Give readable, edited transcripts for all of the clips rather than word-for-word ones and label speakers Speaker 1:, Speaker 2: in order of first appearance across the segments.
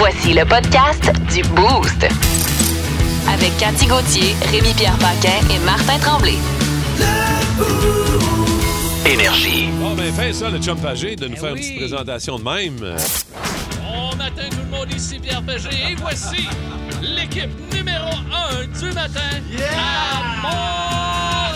Speaker 1: Voici le podcast du Boost. Avec Cathy Gauthier, Rémi-Pierre Paquin et Martin Tremblay.
Speaker 2: Énergie.
Speaker 3: Bon, ben, fin ça, le chum Pagé, de nous faire une petite présentation de même.
Speaker 4: Bon matin, tout le monde, ici Pierre Pagé. Et voici l'équipe numéro 1 du matin à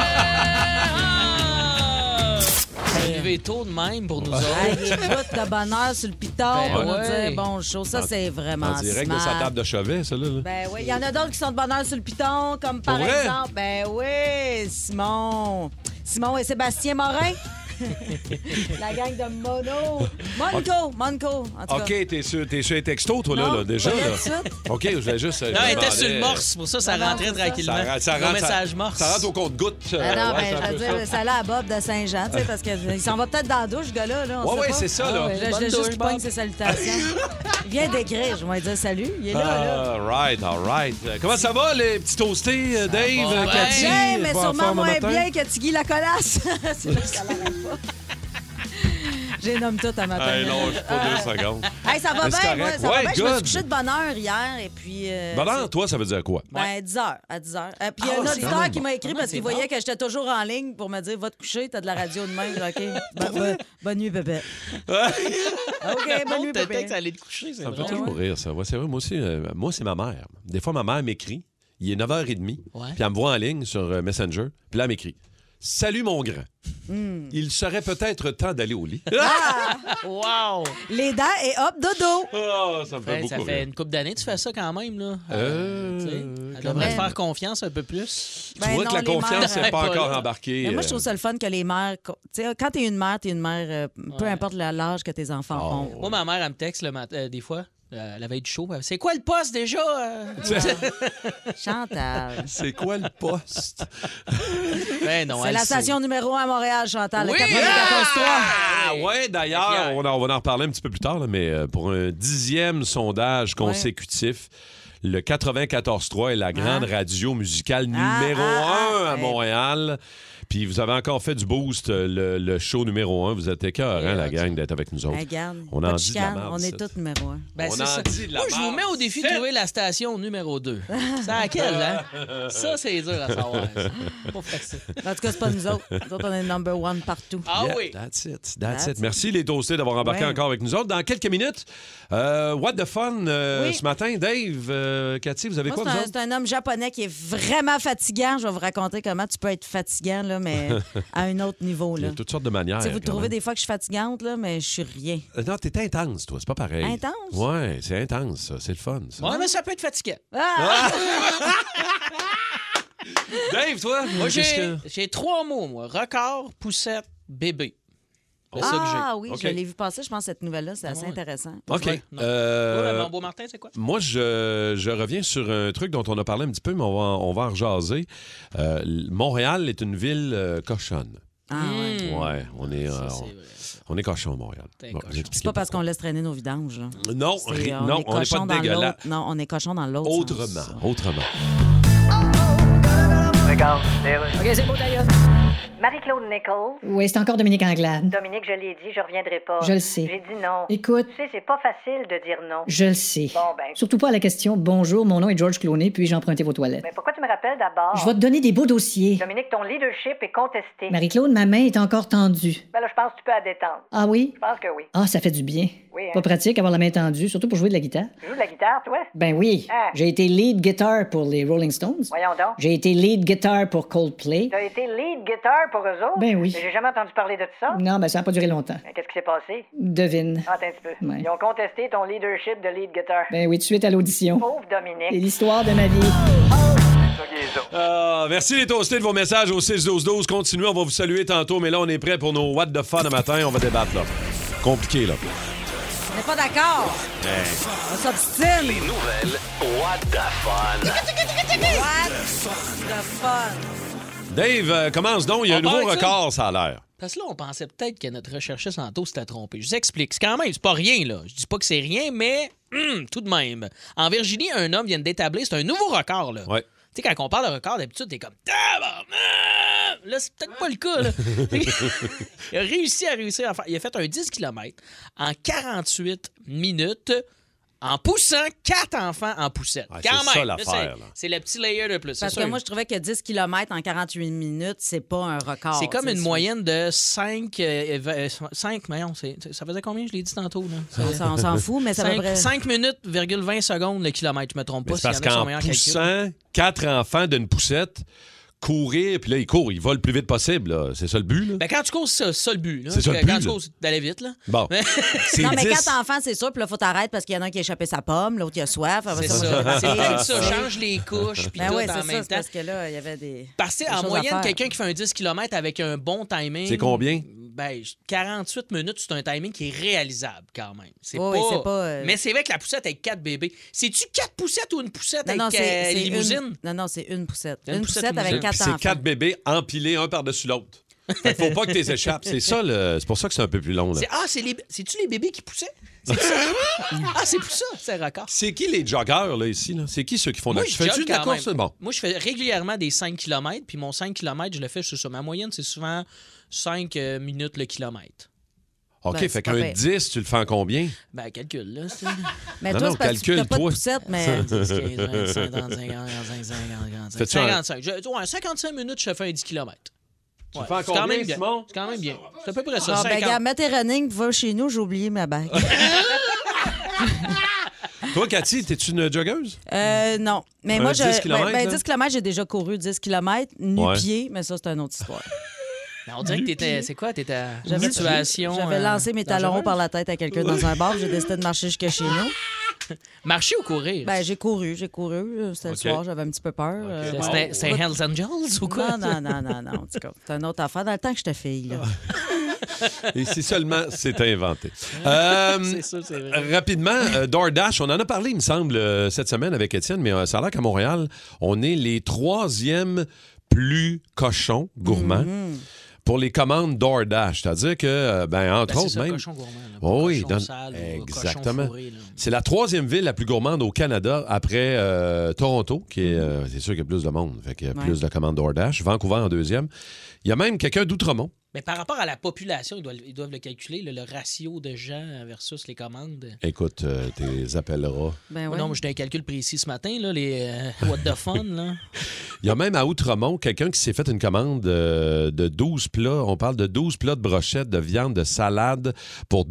Speaker 4: Montréal. Levé tôt de même pour nous autres.
Speaker 5: Il écoute de bonne heure sur le piton pour nous dire bon show. Ça, c'est vraiment
Speaker 3: En direct de sa
Speaker 5: smart.
Speaker 3: table de chevet, ça, là.
Speaker 5: Ben oui, il y en a d'autres qui sont de bonne heure sur le piton, comme par
Speaker 3: Pour vrai?
Speaker 5: exemple, ben oui, Simon et Sébastien Morin. La gang de Mono. Monco, en tout cas.
Speaker 3: OK, t'es sur les textos, toi,
Speaker 5: Non,
Speaker 3: là, déjà.
Speaker 5: pas
Speaker 3: Là.
Speaker 5: de suite.
Speaker 3: OK, je voulais juste...
Speaker 4: Non, elle était sur le morse, pour ça, ça
Speaker 5: Non,
Speaker 4: rentrait
Speaker 5: c'est ça.
Speaker 4: tranquillement.
Speaker 3: Ça
Speaker 4: Mon
Speaker 3: rentre,
Speaker 4: message morse.
Speaker 3: Ça rentre au compte-goutte.
Speaker 5: Ben non,
Speaker 3: ouais, c'est un
Speaker 5: je
Speaker 3: peu
Speaker 5: veux dire, ça allait à Bob de Saint-Jean, tu sais, parce qu'il s'en va peut-être dans la douche, ce gars-là. Là, on
Speaker 3: Ouais,
Speaker 5: sait pas.
Speaker 3: c'est ça, là.
Speaker 5: Je
Speaker 4: Bonne
Speaker 5: l'ai
Speaker 4: douche,
Speaker 5: juste pogne
Speaker 4: Bob.
Speaker 5: ses salutations. Il vient d'écrire, je vais lui dire salut. Il est là.
Speaker 3: All right. Comment ça va, les petits toastés, Dave,
Speaker 4: va
Speaker 3: Cathy?
Speaker 5: Bien, mais
Speaker 3: Pas en
Speaker 5: sûrement
Speaker 3: forme
Speaker 5: moins
Speaker 3: matin?
Speaker 5: bien que Tigui la colasse. C'est là que ça l'arrête pas. J'ai nommé tout à matin.
Speaker 3: Hey, non, je suis pas 2 secondes.
Speaker 5: Hey, ça va
Speaker 3: Mais c'est
Speaker 5: bien, moi.
Speaker 3: correct.
Speaker 5: Ça va
Speaker 3: Ouais,
Speaker 5: bien. Je me suis
Speaker 3: good.
Speaker 5: couché de bonne heure hier et puis...
Speaker 3: Ben non, toi, ça veut dire quoi?
Speaker 5: Ben, 10 heures, à 10 heures. Puis il y a un
Speaker 3: c'est quand
Speaker 5: auditeur
Speaker 3: même
Speaker 5: qui m'a écrit parce
Speaker 4: c'est
Speaker 5: qu'il voyait que j'étais toujours en ligne pour me dire « Va te coucher, t'as de la radio demain. » OK. Bonne nuit, bébé. OK, bonne nuit,
Speaker 4: Peut-être que
Speaker 5: bébé.
Speaker 4: ça allait te coucher, c'est
Speaker 3: Ça me fait
Speaker 4: drôle.
Speaker 3: toujours rire, ça. Ouais, c'est vrai, moi aussi, c'est ma mère. Des fois, ma mère m'écrit. Il est 9h30.
Speaker 4: Ouais.
Speaker 3: Puis elle me voit en ligne sur Messenger. Puis là, elle m'écrit. Salut, mon grand. Il serait peut-être temps d'aller au lit.
Speaker 4: Wow!
Speaker 5: Les dents et hop, dodo.
Speaker 3: Oh, ça me fait
Speaker 4: Ben,
Speaker 3: beaucoup
Speaker 4: ça fait
Speaker 3: rire.
Speaker 4: une couple d'années que tu fais ça quand même, là. Tu sais, elle
Speaker 3: quand
Speaker 4: devrait
Speaker 5: même.
Speaker 4: te faire confiance un peu plus.
Speaker 3: Tu
Speaker 5: Ben
Speaker 3: vois
Speaker 5: non,
Speaker 3: que la
Speaker 5: les
Speaker 3: confiance
Speaker 5: mères,
Speaker 3: n'est pas
Speaker 4: pas
Speaker 3: encore
Speaker 4: là.
Speaker 3: embarquée.
Speaker 5: Mais moi, je trouve ça le fun que les mères... Tu sais, quand t'es une mère, peu
Speaker 4: Ouais.
Speaker 5: importe l'âge que tes enfants ont.
Speaker 4: Moi, ma mère, elle me texte le matin, des fois, la veille du show. Elle, c'est quoi le poste déjà?
Speaker 5: Chantal.
Speaker 3: C'est quoi le poste?
Speaker 4: Ben non,
Speaker 5: C'est
Speaker 4: elle
Speaker 5: la
Speaker 4: sait.
Speaker 5: station numéro 1 à Montréal, Chantal.
Speaker 4: Oui!
Speaker 5: Le 94.3.
Speaker 3: Ah ouais, d'ailleurs, on va en reparler un petit peu plus tard, là, mais pour un 10e sondage consécutif, le 94.3 est la grande radio musicale numéro 1 à Montréal. Puis vous avez encore fait du boost, le show numéro 1. Vous êtes écœurants, la gang, d'être avec nous autres.
Speaker 5: Regarde,
Speaker 3: On
Speaker 5: pas
Speaker 3: en
Speaker 5: de
Speaker 3: dit de la
Speaker 5: chicane,
Speaker 3: merde,
Speaker 5: on est
Speaker 3: ça.
Speaker 5: tous numéro 1.
Speaker 4: Ben,
Speaker 3: On
Speaker 4: c'est
Speaker 3: en
Speaker 4: ça.
Speaker 3: dit de la
Speaker 4: Moi, je vous
Speaker 3: merde.
Speaker 4: mets au défi de trouver la station numéro 2. C'est à laquelle, hein? Ça, c'est dur à savoir. ça. Pas facile.
Speaker 5: En tout cas, c'est pas nous autres. Nous autres, on est number 1 partout.
Speaker 4: Ah
Speaker 3: Yeah,
Speaker 4: oui!
Speaker 3: That's it. Merci les toastés d'avoir embarqué
Speaker 5: Ouais.
Speaker 3: encore avec nous autres. Dans quelques minutes, What the Fun ce matin. Dave, Cathy, vous avez
Speaker 5: Moi,
Speaker 3: quoi, vous autres?
Speaker 5: c'est un homme japonais qui est vraiment fatigant. Je vais vous raconter comment tu peux être fatigant, là, mais à un autre niveau.
Speaker 3: Il y
Speaker 5: Là.
Speaker 3: a toutes sortes de manières.
Speaker 5: Tu sais, vous
Speaker 3: quand
Speaker 5: trouvez
Speaker 3: même.
Speaker 5: des fois que je suis fatigante, là, mais je suis rien.
Speaker 3: Non, t'es intense, toi. C'est pas pareil.
Speaker 5: Intense?
Speaker 3: Ouais, c'est intense, ça. C'est le fun, ça.
Speaker 4: Ouais, mais ça peut être fatigant.
Speaker 3: Dave, toi?
Speaker 4: Moi,
Speaker 3: qu'est-ce que-
Speaker 4: j'ai 3 mots, moi. Record, poussette, bébé. C'est ça que j'ai.
Speaker 5: Ah oui,
Speaker 3: OK.
Speaker 5: je l'ai vu passer. Je pense que cette nouvelle-là, c'est assez
Speaker 4: ouais.
Speaker 5: intéressant.
Speaker 3: OK.
Speaker 4: Ouais, non. Mon beau Martin, c'est quoi?
Speaker 3: Moi, je reviens sur un truc dont on a parlé un petit peu, mais on va en rejaser. Montréal est une ville cochonne.
Speaker 5: Ah ouais.
Speaker 3: Ouais, on est,
Speaker 4: Ça, c'est vrai, ça.
Speaker 3: on est cochon, Montréal.
Speaker 4: T'es
Speaker 3: Bon,
Speaker 4: cochon.
Speaker 3: je vais expliquer
Speaker 5: C'est pas parce qu'on
Speaker 3: pourquoi.
Speaker 5: laisse traîner nos vidanges. Là.
Speaker 3: Non,
Speaker 5: C'est,
Speaker 3: non, on n'est
Speaker 5: cochon
Speaker 3: pas
Speaker 5: dans
Speaker 3: dégueulasse.
Speaker 5: l'autre. Non, on est cochon dans l'autre.
Speaker 3: Autrement,
Speaker 5: sens.
Speaker 3: autrement.
Speaker 6: OK, c'est beau d'ailleurs.
Speaker 7: Marie-Claude Nichols.
Speaker 6: Oui, c'est encore Dominique Anglade.
Speaker 7: Dominique, je l'ai dit, je reviendrai pas.
Speaker 6: Je le sais.
Speaker 7: J'ai dit non.
Speaker 6: Écoute,
Speaker 7: Tu sais, c'est pas facile de dire non.
Speaker 6: je le sais.
Speaker 7: Bon, ben.
Speaker 6: Surtout pas à la question « Bonjour, mon nom est George Clooney, puis-je emprunter vos toilettes?
Speaker 7: Mais pourquoi tu me rappelles d'abord?
Speaker 6: Je vais te donner des beaux dossiers.
Speaker 7: Dominique, ton leadership est contesté.
Speaker 6: Marie-Claude, ma main est encore tendue.
Speaker 7: Ben là, je pense que tu peux la détendre.
Speaker 6: Ah oui?
Speaker 7: Je pense que oui.
Speaker 6: Ah, ça fait du bien.
Speaker 7: Oui, hein.
Speaker 6: Pas pratique avoir la main tendue, surtout pour jouer de la guitare.
Speaker 7: Tu joues de la guitare, toi?
Speaker 6: Ben oui.
Speaker 7: Ah.
Speaker 6: J'ai été lead guitar pour les Rolling Stones.
Speaker 7: Voyons donc.
Speaker 6: J'ai été lead guitar pour Coldplay.
Speaker 7: T'as été lead guitar pour eux autres?
Speaker 6: Ben oui.
Speaker 7: Mais j'ai jamais entendu parler de tout ça.
Speaker 6: Non, ben ça n'a pas duré longtemps.
Speaker 7: Ben, qu'est-ce qui s'est passé?
Speaker 6: Devine.
Speaker 7: Attends un petit peu.
Speaker 6: Ouais.
Speaker 7: Ils ont contesté ton leadership de lead guitar.
Speaker 6: Ben oui, tout de suite à l'audition.
Speaker 7: Pauvre
Speaker 6: C'est
Speaker 7: Dominique.
Speaker 6: l'histoire de ma vie.
Speaker 3: Merci les toastés de vos messages au 6-12-12. Continuez, on va vous saluer tantôt, mais là, on est prêt pour nos What the Fun le matin. On va débattre, là. Compliqué, là.
Speaker 5: On n'est pas d'accord. On s'obstine.
Speaker 2: Les nouvelles What the Fun.
Speaker 5: What the fun.
Speaker 3: Dave, commence donc. Il y a un
Speaker 4: On
Speaker 3: nouveau
Speaker 4: part avec ça?
Speaker 3: record, ça a l'air.
Speaker 4: Parce que là, on pensait peut-être que notre recherchiste en taux s'était trompé. Je vous explique. C'est quand même, c'est pas rien, là. Je dis pas que c'est rien, mais tout de même. En Virginie, un homme vient d'établir, c'est un nouveau record, là.
Speaker 3: Ouais.
Speaker 4: Tu sais, quand on parle de record, d'habitude, t'es comme tabarnak! Là, c'est peut-être pas le cas, là. Il a réussi à faire. Il a fait un 10 km en 48 minutes En poussant 4 enfants en poussette.
Speaker 3: Ah,
Speaker 4: Quand
Speaker 3: c'est
Speaker 4: même.
Speaker 3: ça,
Speaker 4: Là,
Speaker 3: l'affaire, là.
Speaker 4: c'est le petit layer de plus.
Speaker 5: Parce
Speaker 4: c'est
Speaker 5: que
Speaker 4: sûr.
Speaker 5: moi, je trouvais que 10 km en 48 minutes, c'est pas un record.
Speaker 4: C'est comme
Speaker 5: tu sais,
Speaker 4: une moyenne de 5... 5 mais non, ça faisait combien, je l'ai dit tantôt? Là?
Speaker 5: On s'en fout, mais ça va vrai.
Speaker 4: 5 minutes, 20 secondes le kilomètre, je me trompe pas.
Speaker 3: Mais c'est parce
Speaker 4: s'il y en a qui sont
Speaker 3: qu'en
Speaker 4: meilleurs en calcul.
Speaker 3: poussant 4 enfants d'une poussette, courir, puis là, ils courent, ils volent le plus vite possible. Là. C'est ça le but, là?
Speaker 4: Ben, quand tu cours, c'est ça le but. Là.
Speaker 3: C'est ça le
Speaker 4: Quand
Speaker 3: but,
Speaker 4: tu
Speaker 3: là.
Speaker 4: cours, c'est d'aller vite. Là.
Speaker 3: Bon. C'est
Speaker 5: Non, mais
Speaker 3: 10.
Speaker 5: 4 enfants, c'est sûr. Puis là, il faut t'arrêter parce qu'il y en a un qui a échappé sa pomme, l'autre, il a soif.
Speaker 4: C'est
Speaker 5: va
Speaker 4: ça. C'est peut-être ça.
Speaker 5: Ouais.
Speaker 4: Change les couches, puis
Speaker 5: Ben
Speaker 4: tout
Speaker 5: oui,
Speaker 4: en
Speaker 5: c'est ça.
Speaker 4: même
Speaker 5: C'est
Speaker 4: temps.
Speaker 5: parce que là, il y avait des.
Speaker 4: Parce que,
Speaker 5: des
Speaker 4: en
Speaker 5: choses à
Speaker 4: moyenne,
Speaker 5: faire.
Speaker 4: quelqu'un qui fait un 10 km avec un bon timing...
Speaker 3: C'est combien?
Speaker 4: Ben, 48 minutes, c'est un timing qui est réalisable quand même. C'est
Speaker 5: Oui,
Speaker 4: pas...
Speaker 5: c'est pas,
Speaker 4: Mais c'est vrai que la poussette avec 4 bébés. C'est-tu 4 poussettes ou une poussette
Speaker 5: Non, non,
Speaker 4: avec
Speaker 5: c'est
Speaker 4: limousine?
Speaker 5: Non, non, c'est une poussette.
Speaker 4: Une
Speaker 5: Une
Speaker 4: poussette
Speaker 5: poussette avec
Speaker 4: limousine.
Speaker 5: 4
Speaker 3: Puis c'est
Speaker 5: enfants.
Speaker 3: 4 bébés empilés un par-dessus l'autre. Fait qu'il faut pas que tu les échappes. C'est ça, c'est pour ça que c'est un peu plus long. Là.
Speaker 4: C'est-tu les bébés qui poussaient? C'est ça? C'est pour ça, c'est un record.
Speaker 3: C'est qui les joggeurs, là, ici? Là? C'est qui ceux qui font de
Speaker 4: Moi,
Speaker 3: la
Speaker 4: je
Speaker 3: Fais-tu
Speaker 4: jogge
Speaker 3: de la
Speaker 4: quand
Speaker 3: course?
Speaker 4: même.
Speaker 3: Bon.
Speaker 4: Moi, je fais régulièrement des 5 km, puis mon 5 km, je le fais sur ça. Ma moyenne, c'est souvent 5 minutes le kilomètre.
Speaker 3: OK,
Speaker 5: Ben,
Speaker 3: fait
Speaker 5: c'est
Speaker 3: qu'un
Speaker 5: pas pire.
Speaker 3: 10, tu le fais en combien?
Speaker 4: Ben, calcule, là. C'est
Speaker 5: Mais
Speaker 3: Non,
Speaker 5: toi,
Speaker 3: non,
Speaker 5: c'est parce que
Speaker 3: calcule,
Speaker 5: t'as pas de
Speaker 3: toi.
Speaker 5: poussette, mais.
Speaker 4: 10, 15, 25, 30, 50, 55, 55,
Speaker 3: Fais-tu un-
Speaker 4: 55. Ouais, 55 minutes, je fais un 10 km.
Speaker 3: Tu le fais en combien, Simon?
Speaker 4: C'est quand même bien. C'est à peu près ça,
Speaker 5: Ah, ben,
Speaker 4: 50.
Speaker 5: regarde, mets tes running, va chez nous, j'ai oublié ma bague.
Speaker 3: Toi, Cathy, t'es-tu une joggeuse?
Speaker 5: Non. Mais
Speaker 3: Un
Speaker 5: moi,
Speaker 3: 10 kilomètres, là?
Speaker 5: 10 km, j'ai déjà couru 10 km, nu-pied, mais ça, c'est une autre histoire.
Speaker 4: Mais on dirait que t'étais... C'est quoi? T'étais en
Speaker 5: J'avais-
Speaker 4: situation...
Speaker 5: J'avais lancé mes talons
Speaker 4: dangereuse?
Speaker 5: hauts par la tête à quelqu'un dans un bar, puis j'ai décidé de marcher jusqu'à chez nous.
Speaker 4: Marcher ou courir?
Speaker 5: Ben, j'ai couru. C'était
Speaker 3: OK.
Speaker 5: le soir, j'avais un petit peu peur.
Speaker 4: C'était Hells Angels ou quoi?
Speaker 5: Non. En tout cas, c'est une autre affaire. Dans le temps que j'étais fille, là.
Speaker 3: Et si seulement c'est inventé.
Speaker 4: C'est ça, c'est vrai.
Speaker 3: Rapidement, DoorDash, on en a parlé, il me semble, cette semaine avec Étienne, mais ça a l'air qu'à Montréal, on est les 3e plus cochons gourmands pour les commandes DoorDash. C'est-à-dire que, entre
Speaker 4: Ben,
Speaker 3: autres,
Speaker 4: c'est ça,
Speaker 3: même...
Speaker 4: cochon gourmand. Là,
Speaker 3: Oh
Speaker 4: pas
Speaker 3: oui,
Speaker 4: cochon
Speaker 3: dans-
Speaker 4: sale, ou
Speaker 3: exactement.
Speaker 4: cochon fourré, là.
Speaker 3: C'est la 3e ville la plus gourmande au Canada après Toronto, qui est, c'est sûr qu'il y a plus de monde, fait qu'il y a plus de commandes DoorDash. Vancouver en 2e. Il y a même quelqu'un d'Outremont.
Speaker 4: Mais par rapport à la population, ils doivent le calculer, le ratio de gens versus les commandes.
Speaker 3: Écoute, tu les appelleras.
Speaker 5: Ben ouais.
Speaker 4: Non, mais j'ai un calcul précis ce matin, là, les what the fun. Là.
Speaker 3: Il y a même à Outremont quelqu'un qui s'est fait une commande de 12 plats. On parle de 12 plats de brochettes, de viande, de salade pour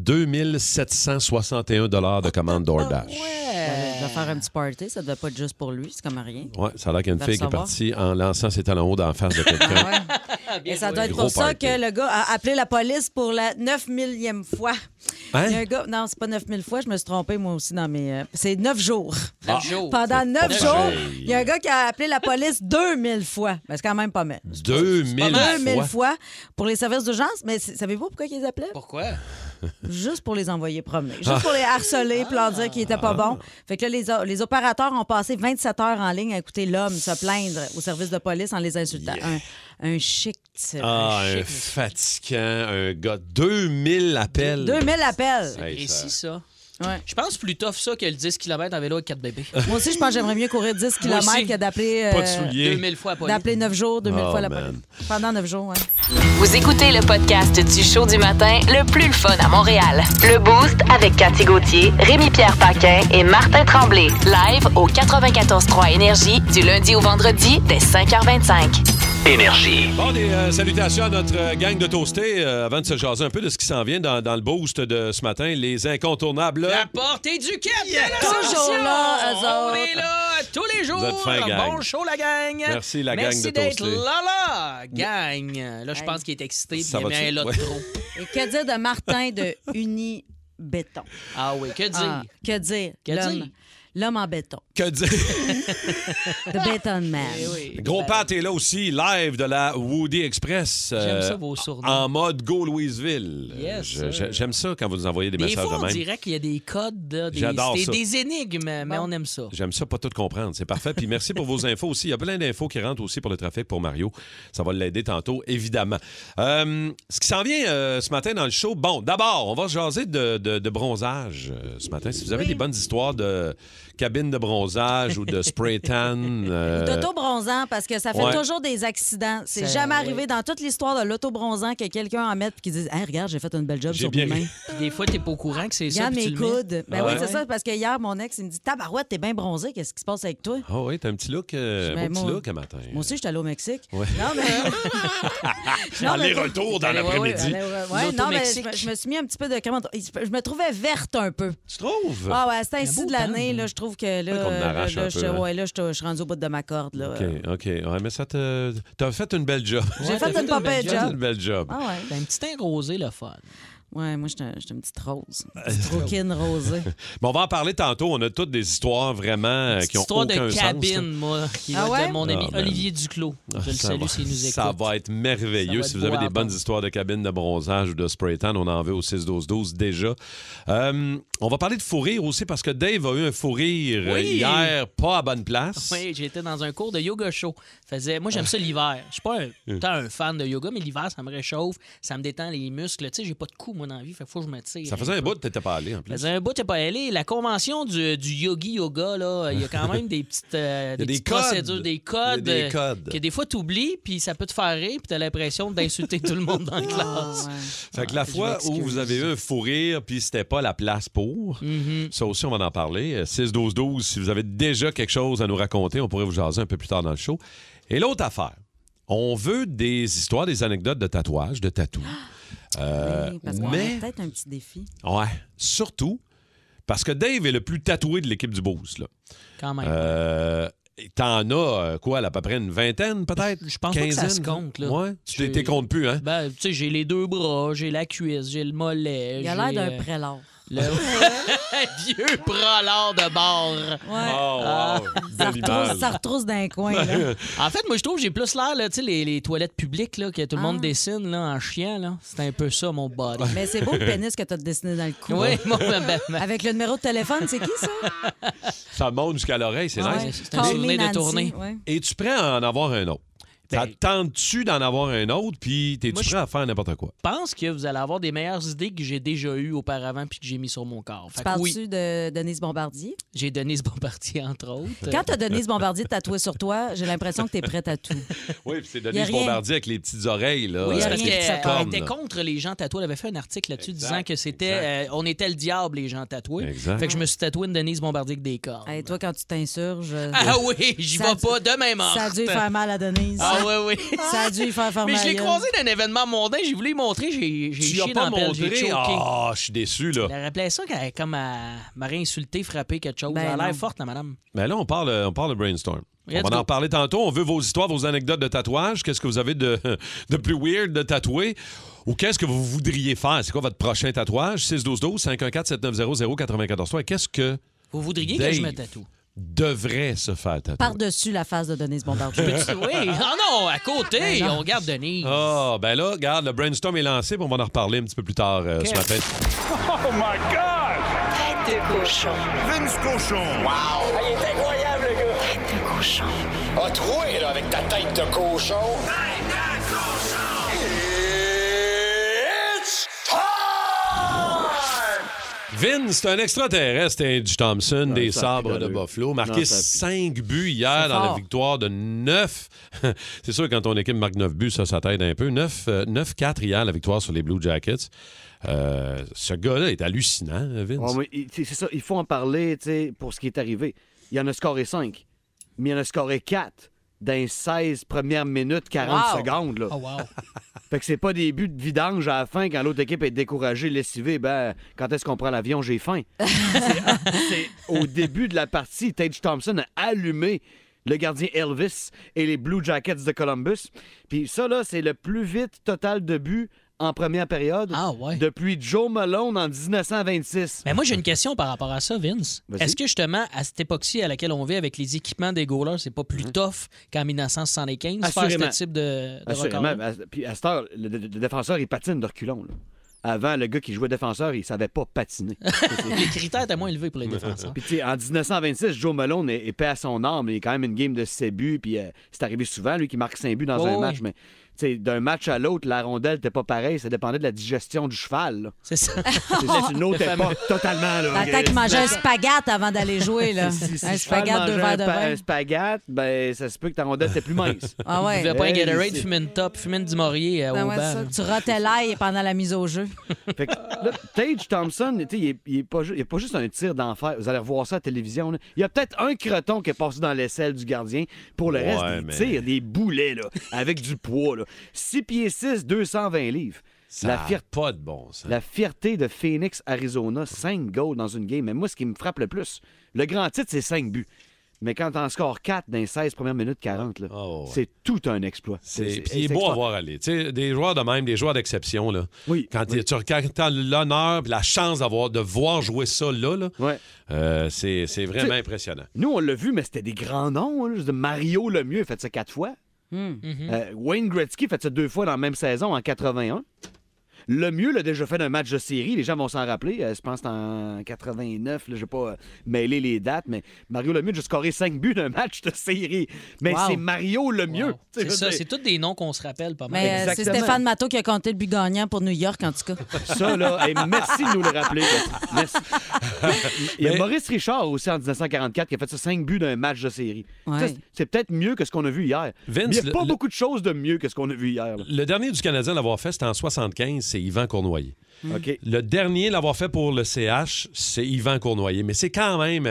Speaker 3: 2761 de commande DoorDash.
Speaker 5: Il va faire un petit party, ça ne doit pas être juste pour lui, c'est comme rien.
Speaker 3: Ouais, ça a l'air qu'il y a une
Speaker 5: Va
Speaker 3: fille qui est
Speaker 5: recevoir.
Speaker 3: partie en lançant ses talons hauts dans la face de quelqu'un.
Speaker 5: Et ça doit être
Speaker 3: Gros
Speaker 5: pour ça
Speaker 3: party.
Speaker 5: que le gars a appelé la police pour la 9000e fois.
Speaker 3: Hein?
Speaker 5: Il y a un gars, non, c'est pas 9000 fois, je me suis trompée moi aussi dans mes. C'est 9 jours.
Speaker 4: 9 jours.
Speaker 5: Pendant 9
Speaker 3: pas
Speaker 5: jours,
Speaker 3: pareil.
Speaker 5: il y a un gars qui a appelé la police 2000 fois. Ben, c'est quand même pas mal.
Speaker 3: 2000
Speaker 5: 2000
Speaker 3: fois.
Speaker 5: fois pour les services d'urgence. Mais savez-vous pourquoi ils les appelaient?
Speaker 4: Pourquoi?
Speaker 5: Juste pour les envoyer promener. Juste pour les harceler puis leur dire qu'ils étaient pas bons. Fait que là, les opérateurs ont passé 27 heures en ligne à écouter l'homme se plaindre au service de police en les insultant. Un chic type.
Speaker 3: Ah, un
Speaker 4: chic.
Speaker 3: fatigant, un gars. 2000 appels.
Speaker 5: 2000 appels.
Speaker 3: Hey,
Speaker 4: Et si ça?
Speaker 5: Ouais.
Speaker 4: Je pense plus tough ça que le 10 km en vélo avec 4 bébés.
Speaker 5: Moi aussi, je pense que j'aimerais mieux courir 10
Speaker 4: Moi
Speaker 5: km
Speaker 4: aussi.
Speaker 5: que d'appeler.
Speaker 3: Pas de souliers.
Speaker 4: 2000 fois pas
Speaker 5: D'appeler 9 jours, 2000
Speaker 3: Oh,
Speaker 5: fois la
Speaker 3: man.
Speaker 5: police. Pendant 9 jours, oui.
Speaker 1: Vous écoutez le podcast du show du matin le plus le fun à Montréal. Le Boost avec Cathy Gauthier, Rémi-Pierre Paquin et Martin Tremblay. Live au 94.3 Énergie du lundi au vendredi dès 5h25.
Speaker 2: Énergie.
Speaker 3: Bon, des salutations à notre gang de toastés avant de se jaser un peu de ce qui s'en vient dans le boost de ce matin. Les incontournables.
Speaker 4: La portée du Québec!
Speaker 5: Toujours là, eux
Speaker 4: On
Speaker 5: autres.
Speaker 4: est là tous les jours.
Speaker 3: Vous êtes fin, gang.
Speaker 4: Bon show, la gang.
Speaker 3: Merci, la gang
Speaker 4: Merci
Speaker 3: de
Speaker 4: d'être
Speaker 3: toastés.
Speaker 4: là, gang. Là, je pense qu'il est excité puis
Speaker 3: Ça
Speaker 4: il a mis
Speaker 3: va-tu?
Speaker 4: un lot de
Speaker 3: Ouais.
Speaker 4: trop.
Speaker 5: Et que dire de Martin de Unibéton?
Speaker 4: Ah oui, que dire?
Speaker 5: Ah, que dire?
Speaker 4: Que dire?
Speaker 5: L'homme en béton.
Speaker 3: Que dire?
Speaker 5: The Beton Man.
Speaker 4: Eh oui.
Speaker 3: Gros
Speaker 4: Ben,
Speaker 3: Pat est là aussi, live de la Woody Express.
Speaker 4: J'aime ça, vos surnoms.
Speaker 3: En mode Go Louisville.
Speaker 4: Yes, sir.
Speaker 3: J'aime ça quand vous nous envoyez des
Speaker 4: Des
Speaker 3: messages
Speaker 4: fois,
Speaker 3: de
Speaker 4: on
Speaker 3: même.
Speaker 4: dirait qu'il y a des codes, là,
Speaker 3: J'adore ça.
Speaker 4: des énigmes, mais on aime ça.
Speaker 3: J'aime ça, pas tout comprendre. C'est parfait. Puis merci pour vos infos aussi. Il y a plein d'infos qui rentrent aussi pour le trafic pour Mario. Ça va l'aider tantôt, évidemment. Ce qui s'en vient ce matin dans le show, bon, d'abord, on va se jaser de bronzage ce matin. Si vous avez des bonnes histoires cabine de bronzage ou de spray tan.
Speaker 5: D'auto-bronzant, parce que ça fait toujours des accidents. C'est jamais arrivé dans toute l'histoire de l'auto-bronzant que quelqu'un en mette et qu'il dise « Hey, regarde, j'ai fait une belle job sur mes mains. »
Speaker 4: Puis des fois, t'es pas au courant que c'est ça.
Speaker 5: Regarde
Speaker 4: puis
Speaker 5: mes
Speaker 4: tu le mets.
Speaker 5: coudes. Ben oui, c'est ça, parce que hier, mon ex, il me dit « Tabarouette, t'es bien bronzé, qu'est-ce qui se passe avec toi? »
Speaker 3: Oh oui, t'as un petit look, petit look un matin.
Speaker 5: Moi aussi, j'étais allée au Mexique.
Speaker 3: Ouais.
Speaker 5: Non, mais...
Speaker 3: Aller-retour dans l'après-midi.
Speaker 5: Non, mais je me suis mis un petit peu de... Je me trouvais verte un peu.
Speaker 3: Tu trouves?
Speaker 5: Ah ouais, c'est ainsi de l'année, là, je trouve que là, je suis rendu au bout de ma corde. Là.
Speaker 3: OK. Ouais, mais ça t'as fait une belle job.
Speaker 5: J'ai fait une papier job.
Speaker 3: Une belle job.
Speaker 5: Ah ouais.
Speaker 4: T'as un petit teint rosé, le fun.
Speaker 5: Ouais, moi, j'étais une petite rose. Une petite rouquine rosée.
Speaker 3: Mais on va en parler tantôt. On a toutes des histoires vraiment qui ont aucun sens.
Speaker 4: Histoire de cabine, moi, qui va de mon ami Olivier Duclos. Je le salue s'il nous écoute.
Speaker 3: Ça va être merveilleux. Si vous avez des bonnes histoires de cabine de bronzage ou de spray tan, on en veut au 6-12-12 déjà. On va parler de fou rire aussi parce que Dave a eu un fou rire hier, pas à bonne place.
Speaker 4: Oui, j'étais dans un cours de yoga chaud. Moi, j'aime ça l'hiver. Je suis pas tant un fan de yoga, mais l'hiver, ça me réchauffe, ça me détend les muscles. Tu sais, j'ai pas de coups, moi, dans la vie. Fait qu'il faut que je me tire.
Speaker 3: Ça faisait un bout que t'étais pas allé, en plus.
Speaker 4: Ça faisait un bout que t'étais pas allé. La convention du yoga, là, il y a quand même des petites, petites procédures, des codes. Que des fois, t'oublies, puis ça peut te faire rire, puis t'as l'impression d'insulter tout le monde dans la classe.
Speaker 3: Fait que la fois où vous avez eu un fou rire, puis c'était pas la place pour, ça aussi, on va en parler. 6-12-12, si vous avez déjà quelque chose à nous raconter, on pourrait vous jaser un peu plus tard dans le show. Et l'autre affaire, on veut des histoires, des anecdotes de tatouage, de tatou.
Speaker 5: Oui, parce qu'on a peut-être un petit défi.
Speaker 3: Ouais, surtout parce que Dave est le plus tatoué de l'équipe du Boost. Là.
Speaker 4: Quand même.
Speaker 3: T'en as, quoi, à peu près une vingtaine, peut-être?
Speaker 4: Je pense pas que ça se compte. Là.
Speaker 3: Ouais? Tu t'es comptes plus, hein?
Speaker 4: Ben, tu sais, j'ai les deux bras, j'ai la cuisse, j'ai le mollet.
Speaker 5: Il a l'air d'un prélard.
Speaker 4: Le vieux prolard de bord.
Speaker 3: Ouais.
Speaker 5: Ça retrousse d'un coin. Là.
Speaker 4: En fait, moi, je trouve que j'ai plus l'air, tu sais, les toilettes publiques là, que tout le monde dessine là, en chiant. Là. C'est un peu ça, mon body.
Speaker 5: Mais c'est beau le pénis que tu as dessiné dans le cou.
Speaker 4: Oui,
Speaker 5: avec le numéro de téléphone, c'est qui ça?
Speaker 3: Ça monte jusqu'à l'oreille, c'est nice.
Speaker 4: C'est une journée de tournée.
Speaker 5: Ouais.
Speaker 3: Es-tu prêt à en avoir un autre? T'attends-tu d'en avoir un autre, puis t'es-tu prêt à faire n'importe quoi?
Speaker 4: Je pense que vous allez avoir des meilleures idées que j'ai déjà eues auparavant puis que j'ai mis sur mon corps.
Speaker 5: Tu parles-tu de Denise Bombardier?
Speaker 4: J'ai Denise Bombardier, entre autres.
Speaker 5: Quand t'as Denise Bombardier tatoué sur toi, j'ai l'impression que t'es prête à tout.
Speaker 3: Oui, puis c'est Denise Bombardier avec les petites oreilles. Là,
Speaker 4: oui,
Speaker 3: parce
Speaker 4: qu'elle était contre les gens tatoués. Elle avait fait un article là-dessus disant que c'était... on était le diable, les gens tatoués.
Speaker 3: Exact.
Speaker 4: Fait que je me suis tatoué une Denise Bombardier avec des cornes.
Speaker 5: Hey, toi, quand tu t'insurges...
Speaker 4: Ah oui, j'y vais pas de même morte.
Speaker 5: Ça a dû faire mal à Denise.
Speaker 4: Ah oui.
Speaker 5: Ça a dû faire mal.
Speaker 4: Mais je l'ai croisé d'un événement mondain, j'ai voulu lui montrer, j'ai chié dans la pelle, j'ai choqué.
Speaker 3: Ah, je suis déçu, là.
Speaker 4: Elle rappelait ça qu'elle m'aurait insulté, frappé quelque chose. Elle a l'air forte, la madame.
Speaker 3: Mais là, on parle de brainstorm. On va en parler tantôt. On veut vos histoires, vos anecdotes de tatouage. Qu'est-ce que vous avez de plus weird de tatouer? Ou qu'est-ce que vous voudriez faire? C'est quoi votre prochain tatouage? 612-12-514-7900-943. Et qu'est-ce que
Speaker 4: vous voudriez que je me tatoue?
Speaker 3: Devrait se faire tatouer.
Speaker 5: Par-dessus la face de Denise Bombardier.
Speaker 4: Oui. Ah non, à côté, on regarde Denise.
Speaker 3: Ah, ben là, regarde, le brainstorm est lancé, puis on va en reparler un petit peu plus tard ce matin.
Speaker 2: Oh my God!
Speaker 1: Tête de cochon.
Speaker 2: Vince Cochon! Wow!
Speaker 7: Ah, il est incroyable, le gars!
Speaker 1: Tête de cochon.
Speaker 2: A troué, là, avec ta tête de cochon! Tête de cochon! It's time!
Speaker 3: Vince, c'est un extraterrestre, Andy Thompson, des Sabres de Buffalo. Marqué 5 buts hier dans la victoire de 9. C'est sûr, quand ton équipe marque 9 buts, ça t'aide un peu. 9-4 hier, la victoire sur les Blue Jackets. Ce gars-là est hallucinant, Vince.
Speaker 8: Ouais, c'est ça, il faut en parler pour ce qui est arrivé. Il en a scoré 5, mais il en a scoré 4 dans les 16 premières minutes, 40 secondes. Là.
Speaker 4: Oh, wow.
Speaker 8: Fait que c'est pas des buts de vidange à la fin quand l'autre équipe est découragée, lessivée. Ben, quand est-ce qu'on prend l'avion? J'ai faim. c'est au début de la partie, Tage Thompson a allumé le gardien Elvis et les Blue Jackets de Columbus. Puis ça, là, c'est le plus vite total de buts en première période depuis Joe Malone en 1926.
Speaker 4: Mais moi, j'ai une question par rapport à ça, Vince.
Speaker 8: Vas-y.
Speaker 4: Est-ce que, justement, à cette époque-ci à laquelle on vit avec les équipements des goalers, c'est pas plus tough qu'en 1975 faire ce type de record?
Speaker 8: Puis à cette heure, le défenseur, il patine de reculons. Là. Avant, le gars qui jouait défenseur, il savait pas patiner.
Speaker 4: Les critères étaient moins élevés pour les défenseurs.
Speaker 8: Puis tu sais, en 1926, Joe Malone est paix à son âme. Il a quand même une game de 7 buts. Puis c'est arrivé souvent, lui, qui marque 5 buts dans un match. Mais d'un match à l'autre, la rondelle n'était pas pareille. Ça dépendait de la digestion du cheval. Là.
Speaker 4: C'est ça.
Speaker 8: Tu n'ôtais pas totalement. Là.
Speaker 5: Tant qu'il mangeait un spaghette avant d'aller jouer. Là.
Speaker 8: Si
Speaker 5: un spaghette, 2 verres de vin.
Speaker 8: Un spaghette, ben, ça se peut que ta rondelle était plus mince.
Speaker 5: Ah ouais.
Speaker 4: Tu ne pas un Gatorade, fumer une top, fumer une Maurier au bar.
Speaker 5: Tu rotais l'ail pendant la mise au jeu.
Speaker 8: Fait que, là, Tage Thompson, il n'est pas juste un tir d'enfer. Vous allez revoir ça à la télévision. Là. Il y a peut-être un croton qui est passé dans l'aisselle du gardien. Pour le reste, des tirs, des boulets là, avec du poids. Là. 6 pieds 6, 220 livres.
Speaker 3: Ça pas de bon sens.
Speaker 8: La fierté de Phoenix, Arizona, 5 goals dans une game. Mais moi, ce qui me frappe le plus, le grand titre, c'est 5 buts. Mais quand t'en scores 4 dans les 16 premières minutes 40, là, c'est tout un exploit.
Speaker 3: Puis il est beau à voir aller. T'sais, des joueurs de même, des joueurs d'exception, là.
Speaker 8: Oui.
Speaker 3: Quand tu as l'honneur et la chance de voir jouer ça là, c'est vraiment impressionnant.
Speaker 8: Nous, on l'a vu, mais c'était des grands noms. Hein, Mario Lemieux a fait ça 4 fois. Wayne Gretzky a fait ça 2 fois dans la même saison en 81. Lemieux l'a déjà fait d'un match de série. Les gens vont s'en rappeler. Je pense que c'est en 89. Je ne vais pas mêler les dates, mais Mario Lemieux a déjà scoré 5 buts d'un match de série. Mais c'est Mario Lemieux.
Speaker 4: Wow. C'est ça. C'est tous des noms qu'on se rappelle pas mal.
Speaker 5: Mais c'est Stéphane Matteau qui a compté le but gagnant pour New York, en tout cas.
Speaker 8: Ça, là, merci de nous le rappeler. Merci. Il y a Maurice Richard aussi en 1944 qui a fait ça 5 buts d'un match de série. Ouais. C'est peut-être mieux que ce qu'on a vu hier. Vince, il n'y a pas beaucoup de choses de mieux que ce qu'on a vu hier. Là.
Speaker 3: Le dernier du Canadien à l'avoir fait, c'était en 75. C'est Yvan Cournoyer.
Speaker 8: Okay.
Speaker 3: Le dernier l'avoir fait pour le CH, c'est Yvan Cournoyer. Mais c'est quand même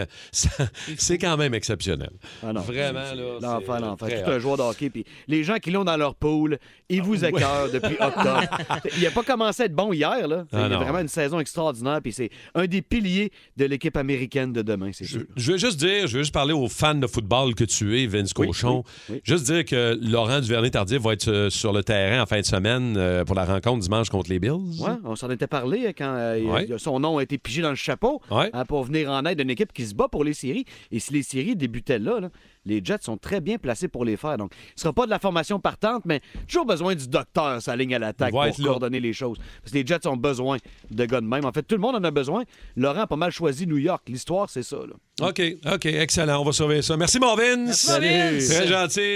Speaker 3: exceptionnel.
Speaker 8: Ah non,
Speaker 3: vraiment, là.
Speaker 8: L'enfer. C'est tout un joueur de hockey. Puis les gens qui l'ont dans leur pool, ils vous écœurent depuis octobre. Il n'a pas commencé à être bon hier. Là. Il a vraiment une saison extraordinaire. Puis c'est un des piliers de l'équipe américaine de demain, c'est sûr.
Speaker 3: Je veux juste parler aux fans de football que tu es, Vince Cochon. Oui. Juste dire que Laurent Duvernay-Tardif va être sur le terrain en fin de semaine pour la rencontre dimanche contre les Bills.
Speaker 8: Oui, on s'en était parlé quand son nom a été pigé dans le chapeau pour venir en aide d'une équipe qui se bat pour les séries. Et si les séries débutaient là, les Jets sont très bien placés pour les faire. Donc, ce ne sera pas de la formation partante, mais toujours besoin du docteur, sa ligne à l'attaque, pour coordonner les choses. Parce que les Jets ont besoin de gars de même. En fait, tout le monde en a besoin. Laurent a pas mal choisi New York. L'histoire, c'est ça. Là.
Speaker 3: OK, excellent. On va surveiller ça. Merci, mon Vince.
Speaker 8: Salut.
Speaker 3: Très gentil.